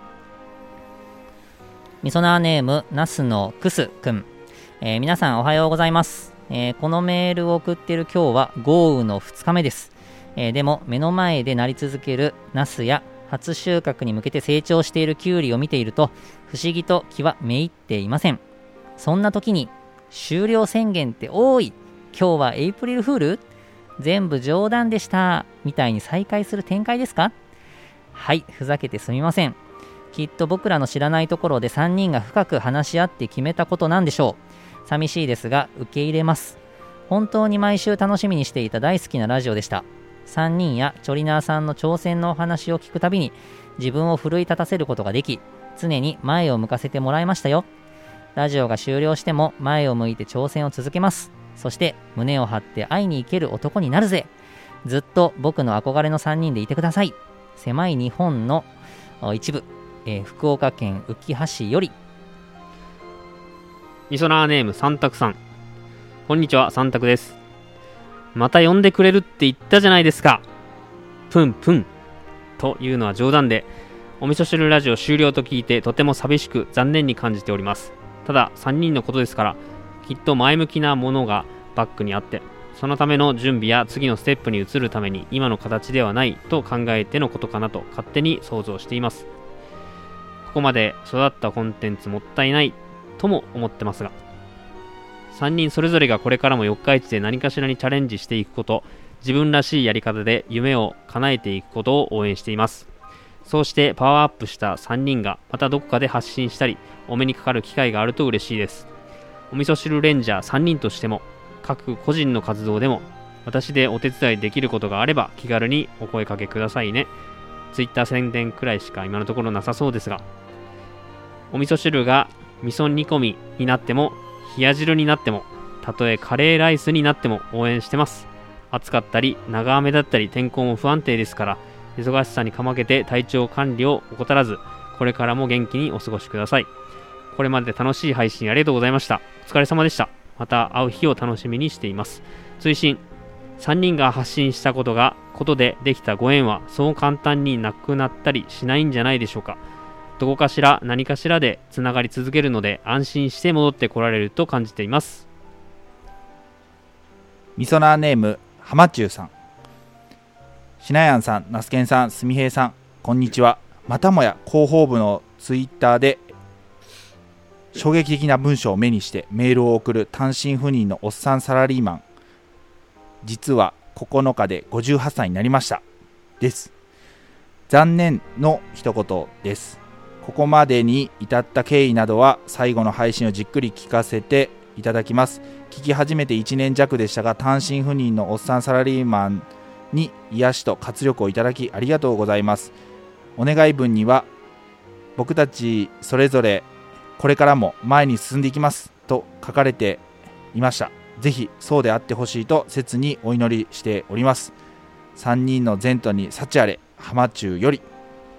みそなーネームナスのクスくん、えー、皆さんおはようございます。えー、このメールを送っている今日は豪雨のふつかめです。えー、でも目の前でなり続けるナスや初収穫に向けて成長しているキュウリを見ていると不思議と気はめいっていません。そんな時に終了宣言って多い、今日はエイプリルフール、全部冗談でしたみたいに再開する展開ですか？はい、ふざけてすみません。きっと僕らの知らないところでさんにんが深く話し合って決めたことなんでしょう。寂しいですが受け入れます。本当に毎週楽しみにしていた大好きなラジオでした。さんにんやチョリナーさんの挑戦のお話を聞くたびに自分を奮い立たせることができ、常に前を向かせてもらいましたよ。ラジオが終了しても前を向いて挑戦を続けます。そして胸を張って会いに行ける男になるぜ。ずっと僕の憧れのさんにんでいてください。狭い日本の一部、えー、福岡県浮橋より。 みそなーネーム三択さん、こんにちは、三択です。また呼んでくれるって言ったじゃないですか。プンプンというのは冗談で、お味噌汁ラジオ終了と聞いてとても寂しく残念に感じております。たださんにんのことですから、きっと前向きなものがバックにあって、そのための準備や次のステップに移るために今の形ではないと考えてのことかなと勝手に想像しています。ここまで育ったコンテンツもったいないとも思ってますが、さんにんそれぞれがこれからも四日市で何かしらにチャレンジしていくこと、自分らしいやり方で夢を叶えていくことを応援しています。そうしてパワーアップしたさんにんがまたどこかで発信したりお目にかかる機会があると嬉しいです。お味噌汁レンジャーさんにんとしても各個人の活動でも私でお手伝いできることがあれば気軽にお声かけくださいね。ツイッター宣伝くらいしか今のところなさそうですが、お味噌汁が味噌煮込みになっても冷や汁になっても、たとえカレーライスになっても応援してます。暑かったり長雨だったり天候も不安定ですから、忙しさにかまけて体調管理を怠らず、これからも元気にお過ごしください。これまで楽しい配信ありがとうございました。お疲れ様でした。また会う日を楽しみにしています。追伸、さんにんが発信したことがことでできたご縁はそう簡単になくなったりしないんじゃないでしょうか。どこかしら何かしらでつながり続けるので安心して戻ってこられると感じています。 みそなーネーム浜中さん、しなやんさん、那須研さん、すみへいさん、こんにちは。またもや広報部のツイッターで衝撃的な文章を目にしてメールを送る単身赴任のおっさんサラリーマン、実はここのかでごじゅうはっさいになりましたです。残念の一言です。ここまでに至った経緯などは最後の配信をじっくり聞かせていただきます。聞き始めていちねん弱でしたが、単身赴任のおっさんサラリーマンに癒しと活力をいただきありがとうございます。お願い文には僕たちそれぞれこれからも前に進んでいきますと書かれていました。ぜひそうであってほしいと切にお祈りしております。さんにんの前途に幸あれ。浜中より。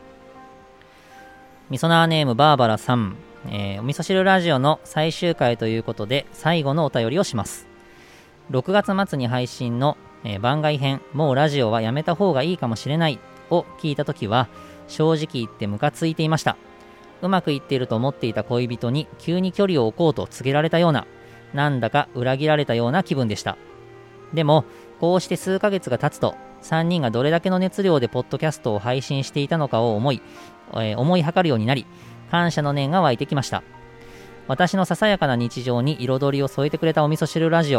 みそなーネームバーバラさん、えー、お味噌汁ラジオの最終回ということで最後のお便りをします。ろくがつ末に配信の、えー、番外編もうラジオはやめた方がいいかもしれないを聞いたときは正直言ってムカついていました。うまくいっていると思っていた恋人に急に距離を置こうと告げられたような、なんだか裏切られたような気分でした。でもこうして数ヶ月が経つとさんにんがどれだけの熱量でポッドキャストを配信していたのかを思い、えー、思い量るようになり、感謝の念が湧いてきました。私のささやかな日常に彩りを添えてくれたお味噌汁ラジオ、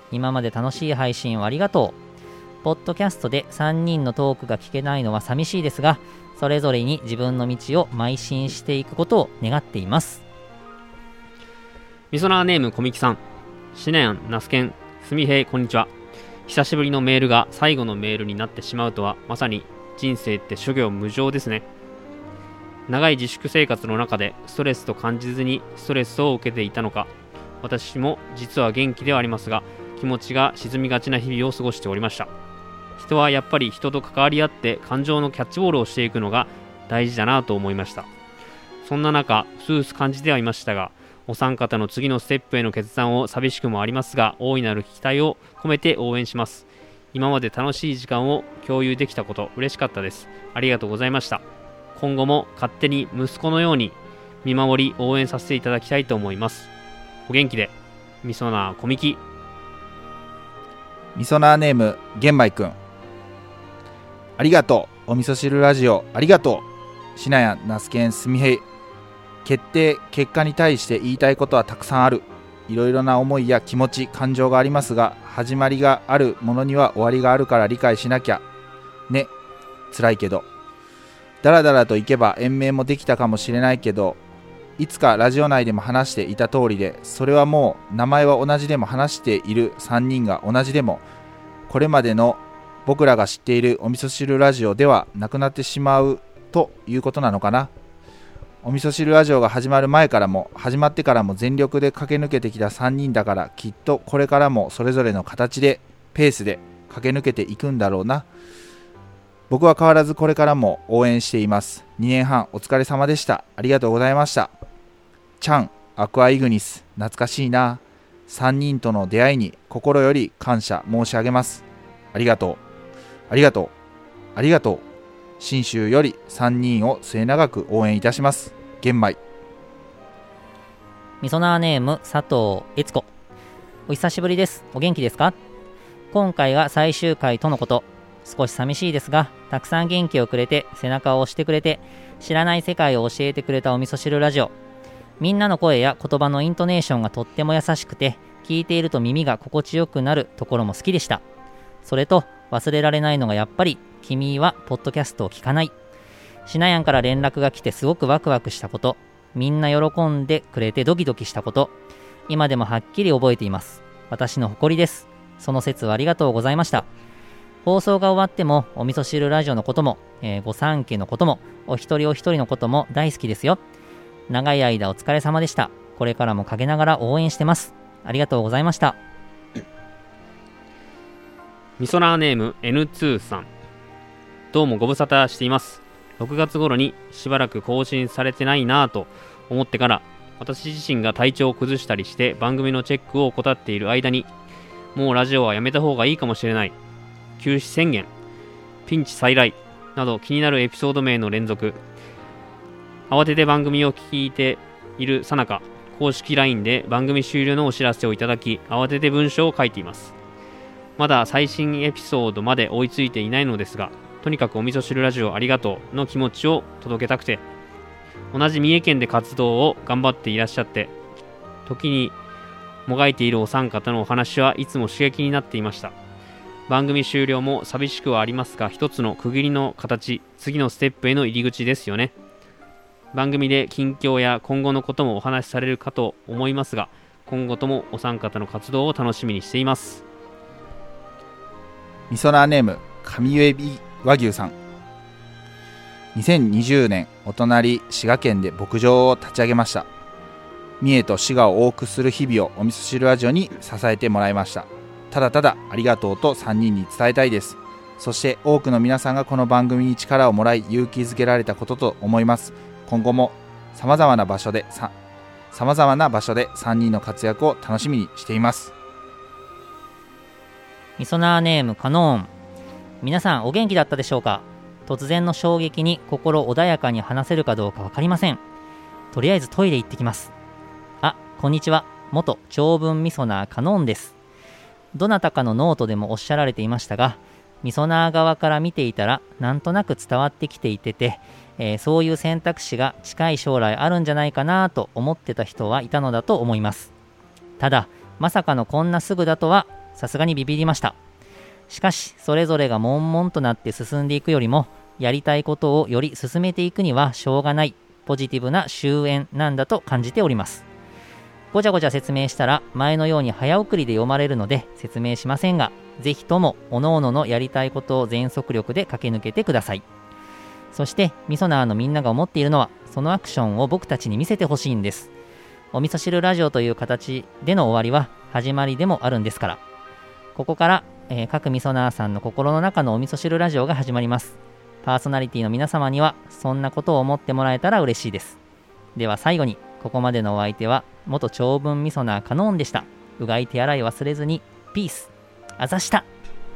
今まで楽しい配信をありがとう。ポッドキャストでさんにんのトークが聞けないのは寂しいですが、それぞれに自分の道を邁進していくことを願っています。 みそなーネーム小みきさん、しなやん、なすけん、すみへい、こんにちは。久しぶりのメールが最後のメールになってしまうとは、まさに人生って諸行無常ですね。長い自粛生活の中でストレスと感じずにストレスを受けていたのか、私も実は元気ではありますが、気持ちが沈みがちな日々を過ごしておりました。人はやっぱり人と関わり合って感情のキャッチボールをしていくのが大事だなと思いました。そんな中、うすうす感じてはいましたが、お三方の次のステップへの決断を寂しくもありますが、大いなる期待を込めて応援します。今まで楽しい時間を共有できたこと、嬉しかったです。ありがとうございました。今後も勝手に息子のように見守り応援させていただきたいと思います。お元気で。みそなーこみき。 みそなーネーム玄米くん、ありがとう。お味噌汁ラジオありがとう。しなやん、なすけん、すみへい。決定結果に対して言いたいことはたくさんある。いろいろな思いや気持ち感情がありますが、始まりがあるものには終わりがあるから理解しなきゃね。辛いけどだらだらといけば延命もできたかもしれないけど、いつかラジオ内でも話していた通りで、それはもう名前は同じでも話しているさんにんが同じでも、これまでの僕らが知っているお味噌汁ラジオではなくなってしまうということなのかな。お味噌汁ラジオが始まる前からも始まってからも全力で駆け抜けてきたさんにんだから、きっとこれからもそれぞれの形でペースで駆け抜けていくんだろうな。僕は変わらずこれからも応援しています。にねんはんお疲れ様でした。ありがとうございました。チャン、アクアイグニス、懐かしいな。さんにんとの出会いに心より感謝申し上げます。ありがとう。ありがとう。ありがとう。信州よりさんにんを末永く応援いたします。玄米。 みそなーネーム佐藤悦子、お久しぶりです。お元気ですか？今回が最終回とのこと。少し寂しいですが、たくさん元気をくれて背中を押してくれて知らない世界を教えてくれたお味噌汁ラジオ。みんなの声や言葉のイントネーションがとっても優しくて、聞いていると耳が心地よくなるところも好きでした。それと忘れられないのがやっぱり君はポッドキャストを聞かない。しなやんから連絡が来てすごくワクワクしたこと、みんな喜んでくれてドキドキしたこと、今でもはっきり覚えています。私の誇りです。その説はありがとうございました。放送が終わってもお味噌汁ラジオのことも、えー、ご三家のこともお一人お一人のことも大好きですよ。長い間お疲れ様でした。これからも陰ながら応援してます。ありがとうございました。 みそなーネーム エヌツー さん、どうもご無沙汰しています。ろくがつ頃にしばらく更新されてないなぁと思ってから、私自身が体調を崩したりして番組のチェックを怠っている間に、もうラジオはやめた方がいいかもしれない、休止宣言、ピンチ再来など気になるエピソード名の連続。慌てて番組を聞いているさなか、公式 ライン で番組終了のお知らせをいただき、慌てて文章を書いています。まだ最新エピソードまで追いついていないのですが、とにかくお味噌汁ラジオありがとうの気持ちを届けたくて、同じ三重県で活動を頑張っていらっしゃって、時にもがいているお三方のお話はいつも刺激になっていました。番組終了も寂しくはありますが、一つの区切りの形、次のステップへの入り口ですよね。番組で近況や今後のこともお話しされるかと思いますが、今後ともお三方の活動を楽しみにしています。 みそなーネーム上エビ和牛さん、にせんにじゅうねんお隣滋賀県で牧場を立ち上げました。三重と滋賀を往復する日々をお味噌汁ラジオに支えてもらいました。ただただありがとうとさんにんに伝えたいです。そして多くの皆さんがこの番組に力をもらい勇気づけられたことと思います。今後もさまざまな場所でさまざまな場所でさんにんの活躍を楽しみにしています。 みそなーネームカノーン、皆さんお元気だったでしょうか？突然の衝撃に心穏やかに話せるかどうか分かりません。とりあえずトイレ行ってきます。あ、こんにちは。元長文みそなーカノーンです。どなたかのノートでもおっしゃられていましたが、みそなー側から見ていたらなんとなく伝わってきていてて、えー、そういう選択肢が近い将来あるんじゃないかなと思ってた人はいたのだと思います。ただまさかのこんなすぐだとはさすがにビビりました。しかしそれぞれが悶々となって進んでいくよりも、やりたいことをより進めていくにはしょうがないポジティブな終焉なんだと感じております。ごちゃごちゃ説明したら前のように早送りで読まれるので説明しませんが、ぜひとも各々のやりたいことを全速力で駆け抜けてください。そしてみそなーのみんなが思っているのは、そのアクションを僕たちに見せてほしいんです。お味噌汁ラジオという形での終わりは始まりでもあるんですから。ここから、えー、各みそなーさんの心の中のお味噌汁ラジオが始まります。パーソナリティの皆様にはそんなことを思ってもらえたら嬉しいです。では最後に、ここまでのお相手は元長文みそなーカノーンでした。うがい手洗い忘れずに。ピース。あざした。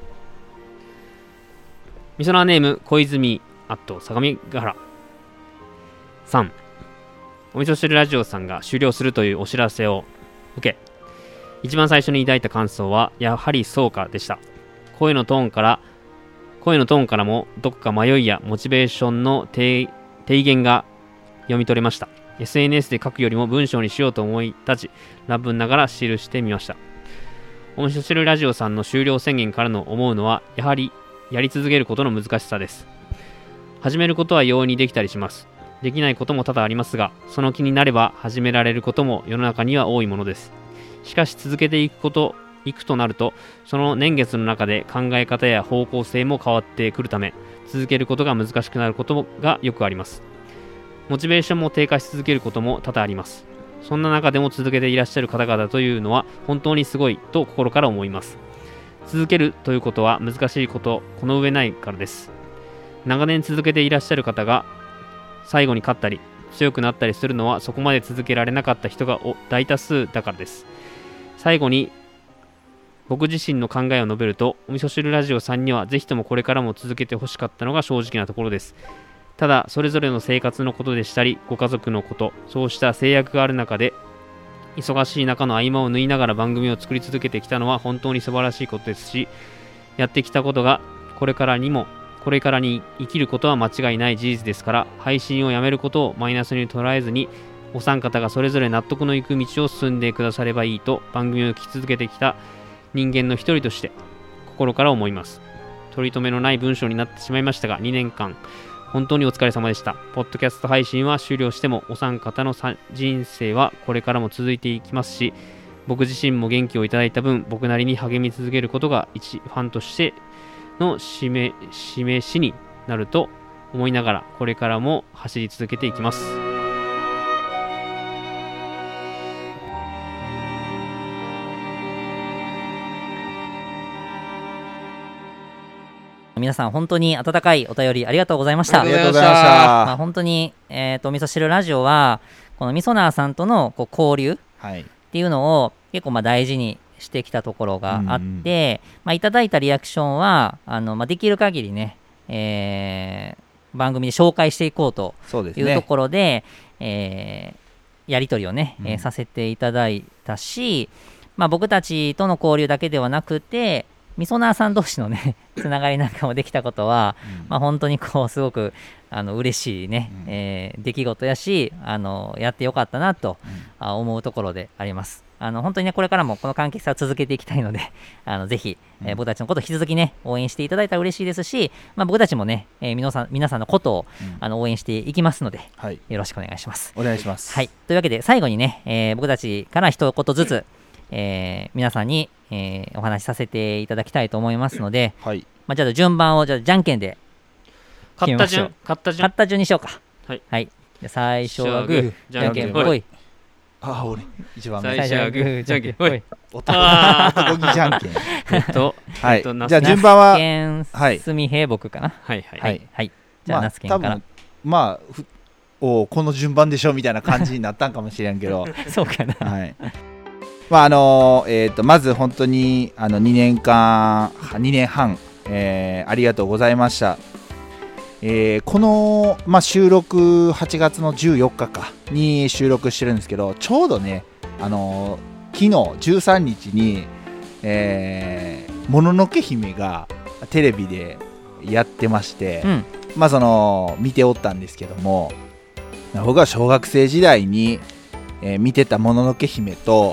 みそなーネーム小泉あと相模原さん、お味噌汁ラジオさんが終了するというお知らせを受け、一番最初に抱いた感想はやはりそうかでした。声のトーンから声のトーンからもどこか迷いやモチベーションの低減が読み取れました。エスエヌエス で書くよりも文章にしようと思い立ち、乱文ながら記してみました。お味噌汁ラジオさんの終了宣言からの思うのは、やはりやり続けることの難しさです。始めることは容易にできたりします。できないことも多々ありますが、その気になれば始められることも世の中には多いものです。しかし続けていくこといくとなると、その年月の中で考え方や方向性も変わってくるため、続けることが難しくなることがよくあります。モチベーションも低下し続けることも多々あります。そんな中でも続けていらっしゃる方々というのは本当にすごいと心から思います。続けるということは難しいこと、この上ないからです。長年続けていらっしゃる方が最後に勝ったり強くなったりするのは、そこまで続けられなかった人が大多数だからです。最後に僕自身の考えを述べると、お味噌汁ラジオさんにはぜひともこれからも続けてほしかったのが正直なところです。ただそれぞれの生活のことでしたり、ご家族のこと、そうした制約がある中で、忙しい中の合間を縫いながら番組を作り続けてきたのは本当に素晴らしいことですし、やってきたことがこれからにもこれからに生きることは間違いない事実ですから、配信をやめることをマイナスに捉えずに、お三方がそれぞれ納得のいく道を進んでくださればいいと、番組を聞き続けてきた人間の一人として心から思います。取り留めのない文章になってしまいましたが、にねんかん本当にお疲れ様でした。ポッドキャスト配信は終了しても、お三方の人生はこれからも続いていきますし、僕自身も元気をいただいた分、僕なりに励み続けることが一ファンとしての示め示しになると思いながら、これからも走り続けていきます。 皆さん本当に温かいお便りありがとうございました。 ありがとうございました。 まあ、本当に、えー、と味噌汁ラジオはこのみそなーさんとのこう交流っていうのを結構まあ大事にしてきたところがあって、うんうん、まあ、いただいたリアクションはあの、まあ、できる限りね、えー、番組で紹介していこうというところで、えー、やり取りをね、うん、えー、させていただいたし、まあ、僕たちとの交流だけではなくてみそなーさん同士のねつながりなんかもできたことは、うん、まあ、本当にこうすごくあの嬉しいね、うん、えー、出来事やし、あのやってよかったなと、うん、思うところであります。あの本当にねこれからもこの関係性を続けていきたいので、あのぜひ、えー、僕たちのことを引き続きね応援していただいたら嬉しいですし、まあ、僕たちもね、えー、皆さん皆さんのことを、うん、あの応援していきますので、はい、よろしくお願いします。 お願いします。 はい、というわけで最後にね、えー、僕たちから一言ずつ、えー、皆さんに、えー、お話しさせていただきたいと思いますので、はい、まあ、じゃあ順番をじゃあじゃんけんで決めましょう。 勝った順勝った順にしようか。 はい、 はい、じゃ最初はグー、じゃんけんぽい。 あ、俺一番目。最初はグー、じゃんけんぽい。 男気じゃんけん。 えっと、 はい、じゃあ順番は、 はい、すみへい僕かな。 はいはいはいはい。じゃあナスケンから。 まあふおこの順番でしょみたいな感じになったんかもしれんけど。 そうかな。 はい。まああのー、えーとまず本当にあのにねんかんにねんはん、えー、ありがとうございました。えー、この、まあ、収録はちがつのじゅうよっかかに収録してるんですけど、ちょうどね、あのー、昨日じゅうさんにちに、えー、もののけ姫がテレビでやってまして、うん、まあその見ておったんですけども、僕は小学生時代に、えー、見てたもののけ姫と、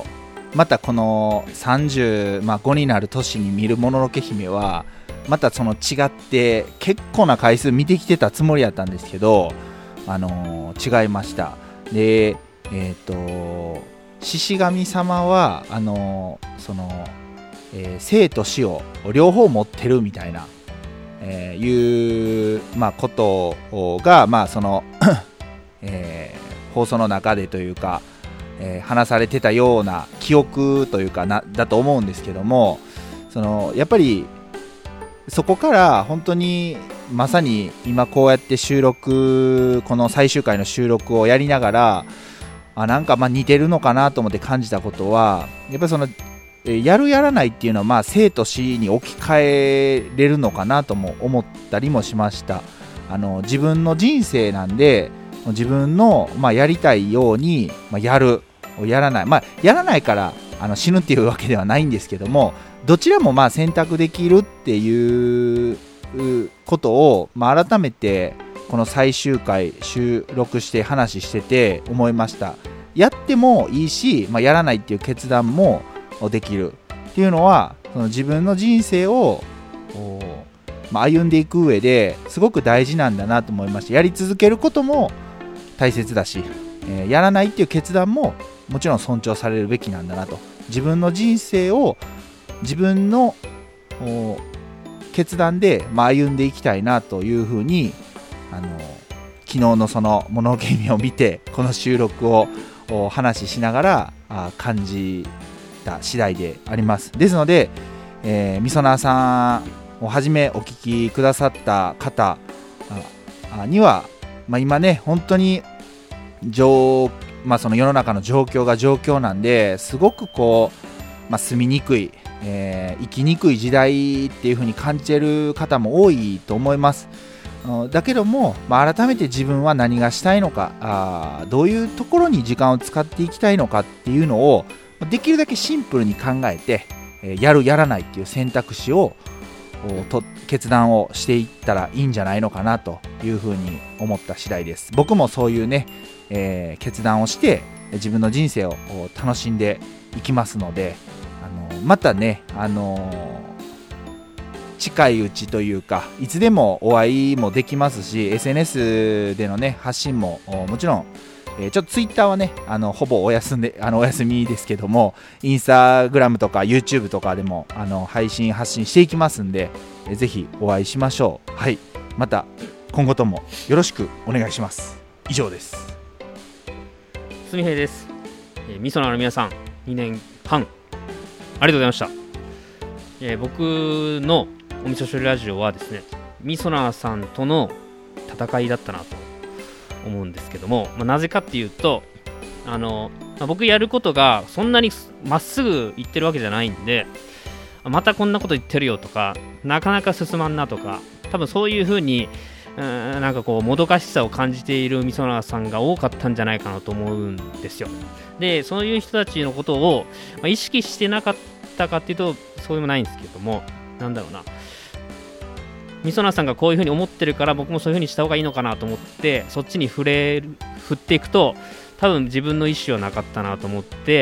またこのさんじゅうごになる年に見るもののけ姫はまたその違って結構な回数見てきてたつもりやったんですけど、あのー、違いました。でえっ、ー、と獅子神様はあのー、その、えー、生と死を両方持ってるみたいな、えー、いう、まあ、ことが、まあそのえー、放送の中でというか、えー、話されてたような記憶というかなだと思うんですけども、そのやっぱりそこから本当にまさに今こうやって収録、この最終回の収録をやりながら、あなんかまあ似てるのかなと思って感じたことは、やっぱりそのやるやらないっていうのはまあ生と死に置き換えれるのかなとも思ったりもしました。あの自分の人生なんで、自分のまあやりたいようにまあやるやらない、まあやらないからあの死ぬっていうわけではないんですけども、どちらもまあ選択できるっていうことを、まあ、改めてこの最終回収録して話してて思いました。やってもいいし、まあ、やらないっていう決断もできるっていうのは、その自分の人生を、まあ、歩んでいく上ですごく大事なんだなと思いました。やり続けることも大切だし、えー、やらないっていう決断ももちろん尊重されるべきなんだなと。自分の人生を自分の決断で、まあ、歩んでいきたいなというふうに、あの昨日のその物語を見てこの収録を話ししながらあ感じた次第であります。ですので、えー、みそなさんをはじめお聞きくださった方には、まあ、今ね本当に上、まあ、その世の中の状況が状況なんですごくこう、まあ、住みにくい、えー、生きにくい時代っていう風に感じている方も多いと思います。だけども、まあ、改めて自分は何がしたいのか、あどういうところに時間を使っていきたいのかっていうのをできるだけシンプルに考えて、えー、やるやらないっていう選択肢をと決断をしていったらいいんじゃないのかなというふうに思った次第です。僕もそういうね、えー、決断をして自分の人生を楽しんでいきますので、あのまたね、あのー近いうちというかいつでもお会いもできますし、 エスエヌエス でのね発信ももちろん、えー、ちょっとツイッターはねあのほぼお休んであのお休みですけども、インスタグラムとか YouTube とかでもあの配信発信していきますんで、えー、ぜひお会いしましょう。はい、また今後ともよろしくお願いします。以上です。 すみへいです。えー、みそなの皆さんにねんはんありがとうございました。えー、僕のおみそ汁ラジオはですね、みそなさんとの戦いだったなと思うんですけども、まあ、なぜかっていうと、あの、まあ、僕やることがそんなにまっすぐ言ってるわけじゃないんで、またこんなこと言ってるよとか、なかなか進まんなとか、多分そういう風にうーんなんかこうもどかしさを感じているみそなさんが多かったんじゃないかなと思うんですよ。で、そういう人たちのことを、まあ、意識してなかったかっていうとそうでもないんですけども、なんだろうな、みそなさんがこういう風に思ってるから僕もそういう風にした方がいいのかなと思ってそっちに触れる振っていくと、多分自分の意思はなかったなと思って、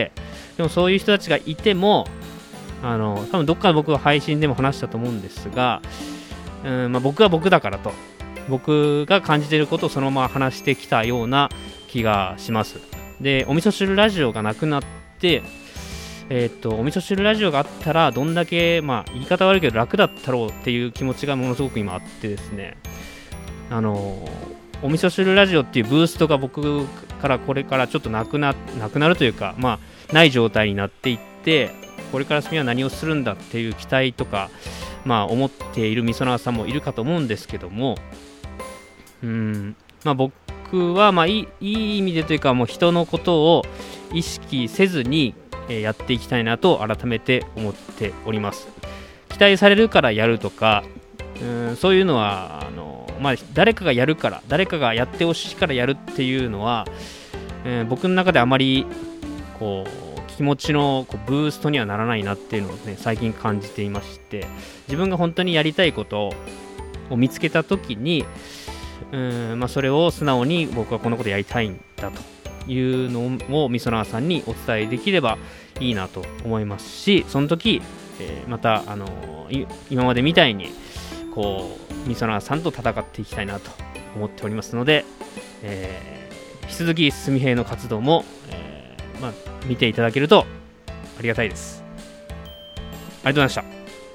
でもそういう人たちがいても、あの多分どっかで僕は配信でも話したと思うんですが、うん、まあ、僕は僕だからと、僕が感じていることをそのまま話してきたような気がします。で、おみそ汁ラジオがなくなって、えー、っとおみそ汁ラジオがあったらどんだけ、まあ、言い方悪いけど楽だったろうっていう気持ちがものすごく今あってですね、あのおみそ汁ラジオっていうブーストが僕からこれからちょっとなくな、なくなるというか、まあ、ない状態になっていって、これから先は何をするんだっていう期待とか、まあ、思っているみそなさんもいるかと思うんですけども、うーん、まあ、僕は、まあ、いい、いい意味でというか、もう人のことを意識せずにやっていきたいなと改めて思っております。期待されるからやるとか、うーんそういうのはあの、まあ、誰かがやるから誰かがやってほしいからやるっていうのは、えー、僕の中であまりこう気持ちのこうブーストにはならないなっていうのを、ね、最近感じていまして、自分が本当にやりたいことを見つけた時に、うーん、まあ、それを素直に僕はこのことやりたいんだというのをみそなさんにお伝えできればいいなと思いますし、その時、えー、また、あのー、今までみたいにこうみそなさんと戦っていきたいなと思っておりますので、えー、引き続きすみへいの活動も、えーまあ、見ていただけるとありがたいです。ありがとうございました。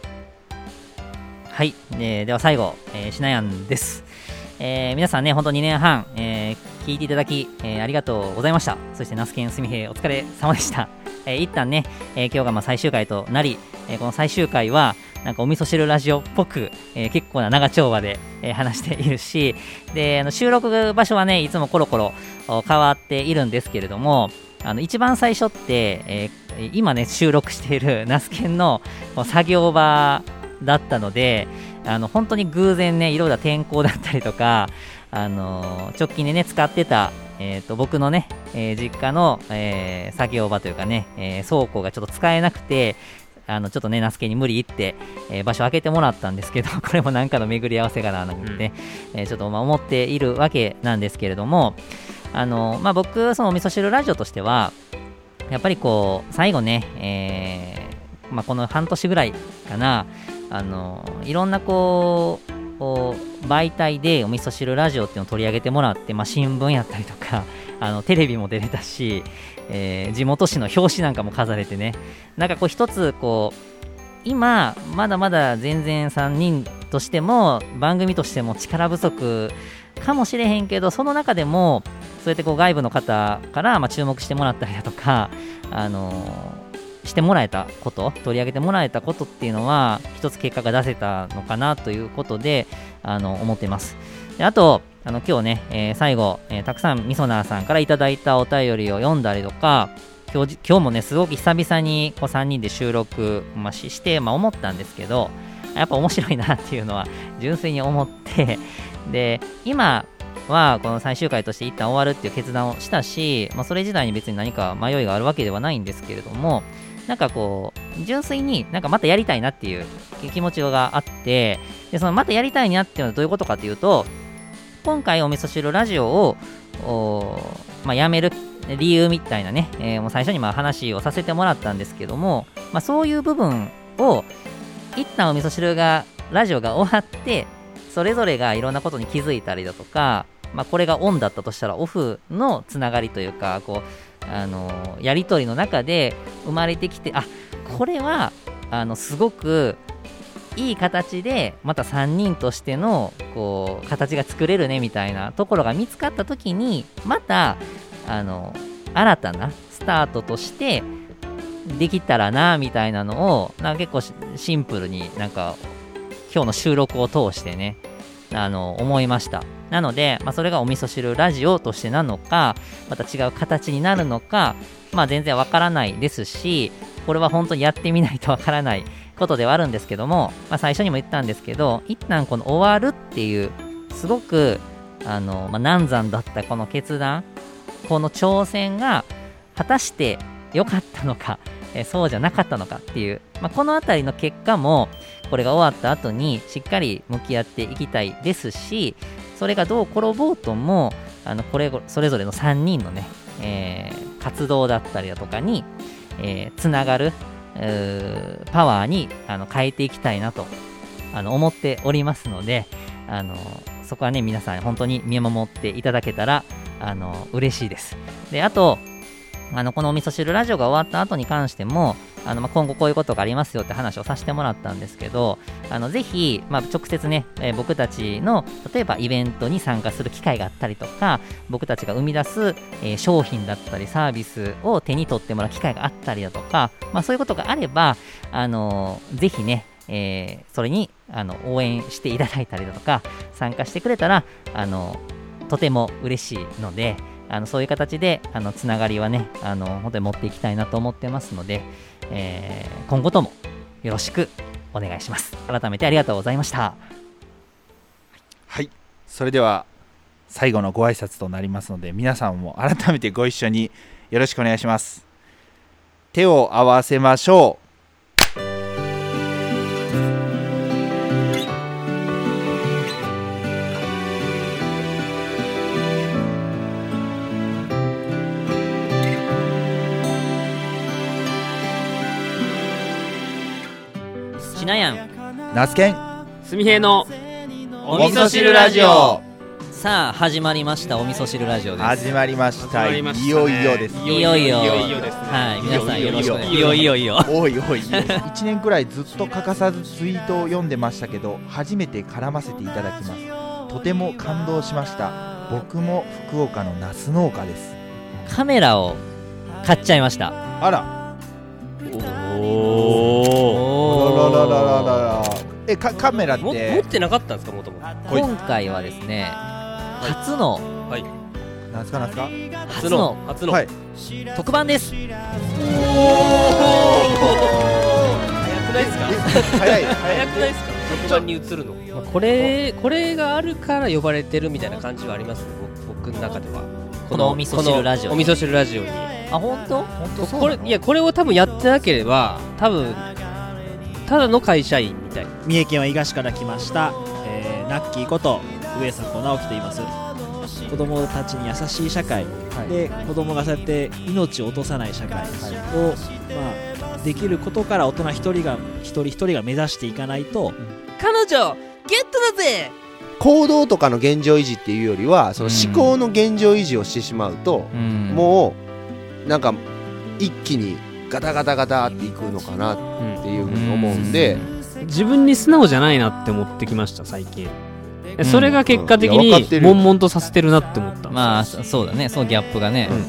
はい、えー、では最後、えー、しなやんです。えー、皆さんね、ほんとにねんはん、えー、聞いていただき、えー、ありがとうございました。そしてナスケンすみへいお疲れ様でした。えー、一旦ね、えー、今日がまあ最終回となり、えー、この最終回はなんかお味噌汁ラジオっぽく、えー、結構な長丁場で、えー、話しているし、であの収録場所はねいつもコロコロ変わっているんですけれども、あの一番最初って、えー、今ね収録しているナスケンの作業場だったので、あの本当に偶然ねいろいろな天候だったりとか、あのー、直近でね使ってた、えー、と僕のね、えー、実家の、えー、作業場というかね、えー、倉庫がちょっと使えなくて、あのちょっとねナスケに無理言って、えー、場所開けてもらったんですけど、これもなんかの巡り合わせかななんて、ねうんえー、ちょっとまあ思っているわけなんですけれども、あのーまあ、僕そのお味噌汁ラジオとしてはやっぱりこう最後ね、えーまあ、この半年ぐらいかな、あのいろんなこう、こう媒体でお味噌汁ラジオっていうのを取り上げてもらって、まあ、新聞やったりとかあのテレビも出れたし、えー、地元紙の表紙なんかも飾れてね、なんかこう一つこう今まだまだ全然さんにんとしても番組としても力不足かもしれへんけど、その中でもそうやってこう外部の方からまあ注目してもらったりだとか、あのーしてもらえたこと、取り上げてもらえたことっていうのは一つ結果が出せたのかなということであの思っています。であとあの今日ね、えー、最後、えー、たくさんみそなーさんからいただいたお便りを読んだりとか、今日、今日もねすごく久々にこうさんにんで収録、まあ、しして、まあ、思ったんですけど、やっぱ面白いなっていうのは純粋に思って、で今はこの最終回として一旦終わるっていう決断をしたし、まあ、それ自体に別に何か迷いがあるわけではないんですけれども、なんかこう純粋になんかまたやりたいなっていう気持ちがあって、でそのまたやりたいなっていうのはどういうことかというと、今回お味噌汁ラジオを、まあ、やめる理由みたいなね、えー、もう最初にまあ話をさせてもらったんですけども、まあ、そういう部分を一旦お味噌汁がラジオが終わってそれぞれがいろんなことに気づいたりだとか、まあ、これがオンだったとしたらオフのつながりというか、こうあのー、やり取りの中で生まれてきて、あ、これはあのすごくいい形でまたさんにんとしてのこう形が作れるねみたいなところが見つかった時に、またあの新たなスタートとしてできたらなみたいなのをなんか結構シンプルになんか今日の収録を通してねあの思いました。なので、まあ、それがお味噌汁ラジオとしてなのか、また違う形になるのか、まあ、全然わからないですし、これは本当にやってみないとわからないことではあるんですけども、まあ、最初にも言ったんですけど、一旦この終わるっていうすごくあの、まあ、難産だったこの決断、この挑戦が果たして良かったのか、えそうじゃなかったのかっていう、まあ、このあたりの結果もこれが終わった後にしっかり向き合っていきたいですし、それがどう転ぼうともあのこれそれぞれのさんにんのね、えー、活動だったりだとかに、えー、つながるパワーにあの変えていきたいなとあの思っておりますので、あのそこはね皆さん本当に見守っていただけたらあの嬉しいです。であとあのこのお味噌汁ラジオが終わった後に関してもあの、まあ、今後こういうことがありますよって話をさせてもらったんですけど、あのぜひ、まあ、直接ね、えー、僕たちの例えばイベントに参加する機会があったりとか、僕たちが生み出す、えー、商品だったりサービスを手に取ってもらう機会があったりだとか、まあ、そういうことがあれば、あのー、ぜひね、えー、それにあの応援していただいたりだとか参加してくれたら、あのー、とても嬉しいので、あのそういう形であのつながりはねあの本当に持っていきたいなと思ってますので、えー、今後ともよろしくお願いします。改めてありがとうございました。 はい、それでは最後のご挨拶となりますので、皆さんも改めてご一緒によろしくお願いします。手を合わせましょう。 しなやんナスケンすみへいのお味噌汁ラジオ。 さあ始まりましたお味噌汁ラジオです。 始まりました。 始まりましたね、 いよいよです。 いよいよいよいよですね。 はい、皆さんよろしくお願いします。 いよいよいよおいおいいちねんくらいずっと欠かさずツイートを読んでましたけど、初めて絡ませていただきます。とても感動しました。僕も福岡のナス農家です。 カメラを買っちゃいました。 あら、 おおらららららら。え、かカメラっても持ってなかったんですか、もともと。 今回はですね、初の、 はい、 なんすかなんすか初の初の、 はい、 特番です。 お早くないですか？ 早い早くないですか？特番に移るの。まあ、これこれがあるから呼ばれてるみたいな感じはありますね、僕の中では。 このお味噌汁ラジオお味噌汁ラジオに。 あ、本当？ 本当そうこれいやこれを多分やってなければ多分ただの会社員みたい。 三重県は伊賀市から来ました、えー、ナッキーこと上坂直樹と言います。子供たちに優しい社会、はい、で子供がそうやって命を落とさない社会を、はい、まあ、できることから大人一人が一人一人が目指していかないと、うん、彼女ゲットだぜ。 行動とかの現状維持っていうよりはその思考の現状維持をしてしまうと、うん、もうなんか一気にガタガタガタっていくのかなっていうふうに思うんで、 うん、自分に素直じゃないなって思ってきました最近。それが結果的に悶々とさせてるなって思った。 まあそうだね、そのギャップがね、うん、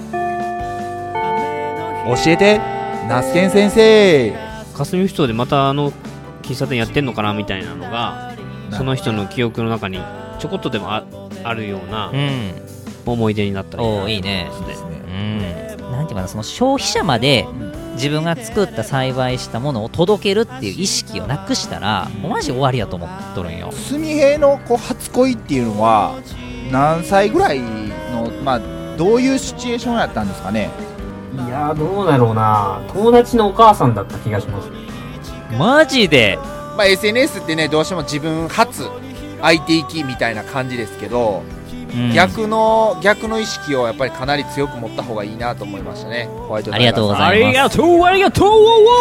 教えてナスケン先生。 霞ふ頭でまたあの喫茶店やってんのかなみたいなのがその人の記憶の中にちょこっとでも あ, あるような思い出になったらいいな。 おいいね。うん、なんていうかな、その消費者まで自分が作った栽培したものを届けるっていう意識をなくしたら、もうマジ終わりやと思っとるんよ。 すみへいのこう初恋っていうのは何歳ぐらいの、まあ、どういうシチュエーションやったんですかね。 いやーどうだろうな、友達のお母さんだった気がします。 マジで。 まあ、エスエヌエス ってね、どうしても自分初 アイティー 機みたいな感じですけど、うん、逆の逆の意識をやっぱりかなり強く持った方がいいなと思いましたね。ホワイトタイガーさん、 ありがとうございます。 ありがとうありがとう。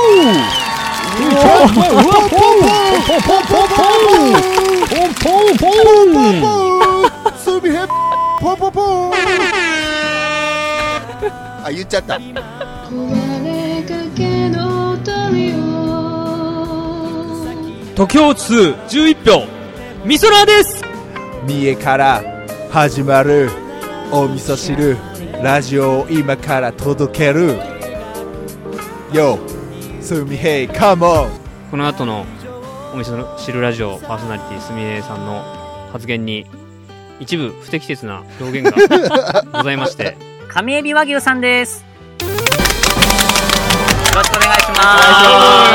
すみへポンポンポン。あ、言っちゃった。 徒競数じゅういち票みそらです。 三重から始まるお味噌汁ラジオを今から届けるよ。すみへいカモン。 この後のお味噌汁ラジオパーソナリティすみへいさんの発言に一部不適切な表現がございまして上エビ和牛さんです。よろしくお願いします。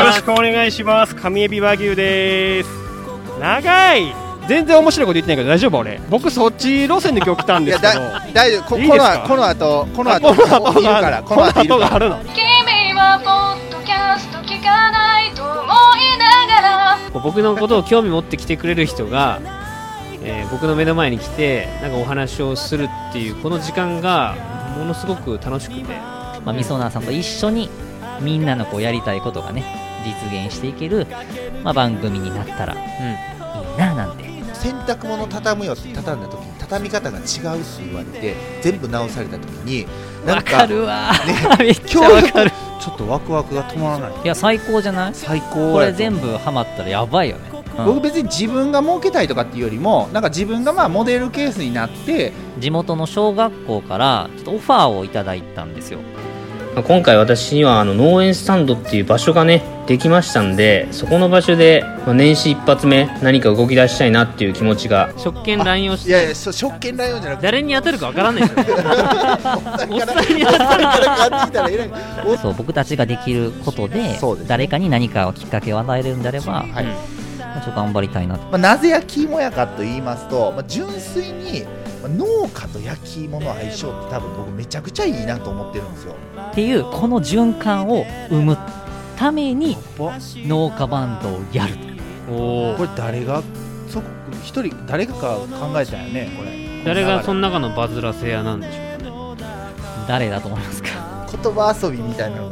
よろしくお願いします。上エビ和牛です。長い。全然面白いこと言ってないけど大丈夫？俺僕そっち路線で今日来たんですけど。いやだ大丈夫。こ, いいこのこの後この後いるからこの後いるから。君はポッドキャスト聞かないと思いながら。 僕のことを興味持って来てくれる人が、えー、僕の目の前に来てなんかお話をするっていうこの時間がものすごく楽しくて、 まあ、みそなさんと一緒にみんなのこうやりたいことがね実現していける、まあ、番組になったら、うん、いいななんて。 洗濯物畳むよって畳んだ時に畳み方が違うって言われて全部直された時になんかわかるわ、 ね、 めっちゃわかる。 ちょっとワクワクが止まらない。 いや最高じゃない？ 最高。 これ全部ハマったらやばいよね、うん、 僕別に自分が儲けたいとかっていうよりもなんか自分がまあモデルケースになって地元の小学校からちょっとオファーをいただいたんですよ。 今回私にはあの農園スタンドっていう場所がねできましたんで、そこの場所で、まあ、年始一発目何か動き出したいなっていう気持ちが。 職権乱用して。 いやいや職権乱用じゃなくて誰に当たるかわからないですよ。おっさんに当たる。そう、僕たちができることで誰かに何かきっかけを与えるんであれば、はい、うん、ちょっと頑張りたいなと、 まあ、なぜ焼き芋やかと言いますと、まあ、純粋に農家と焼き芋の相性って多分僕めちゃくちゃいいなと思ってるんですよ。 っていうこの循環を生むために農家バンドをやる。 おこれ誰がそ一人誰か考えたよねこれ。 誰がその中のバズらせ屋なんでしょうかね。 誰だと思いますか？ 言葉遊びみたいなのが好きで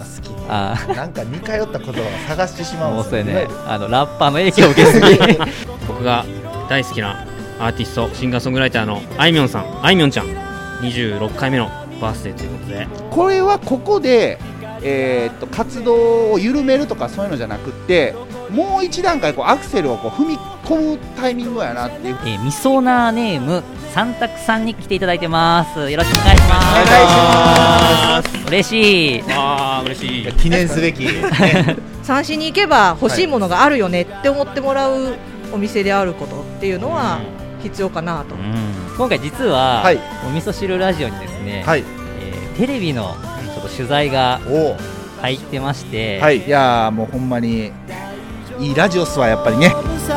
あなんか似通った言葉を探してしまうんですよね。もうそれね、あのラッパーの影響を受けすぎ僕が大好きなアーティストシンガーソングライターのあいみょんさん、あいみょんちゃんにじゅうろっかいめのバースデーということで、 これはここで、えー、っと活動を緩めるとかそういうのじゃなくってもう一段階こうアクセルをこう踏み込むタイミングやなっていう、 えー、みそなネーム三択さんに来ていただいてます。よろしくお願いします。 お願いします。 嬉しい。 あー嬉しい。 記念すべき、ね、 三市に行けば欲しいものがあるよねって思ってもらうお店であることっていうのは必要かなと、うん、 今回実は、 はい、 お味噌汁ラジオにですね、 はい、 えー、テレビのちょっと取材が入ってまして、 はい、いやもうほんまにいいラジオっすわやっぱりね。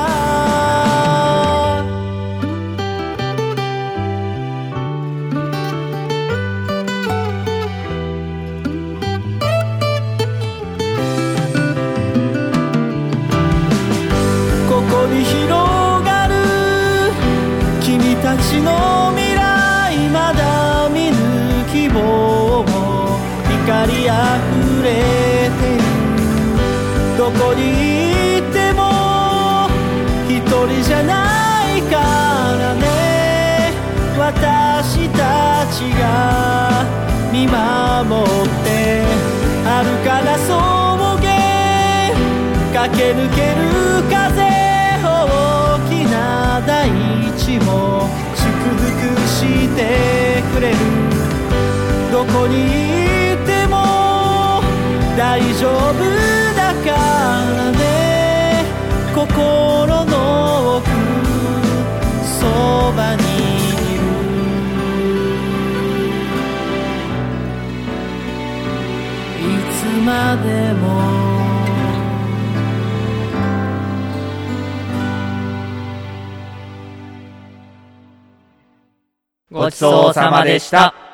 ここに広がる君たちの未来、まだ見ぬ希望も光あふれてる。どこにいても一人じゃないからね。私たちが見守ってあるからそうげ駆け抜ける風、大きな大地も祝福してくれる。どこにいても大丈夫だからね。心の奥そばにいる。いつまでもごちそうさまでした。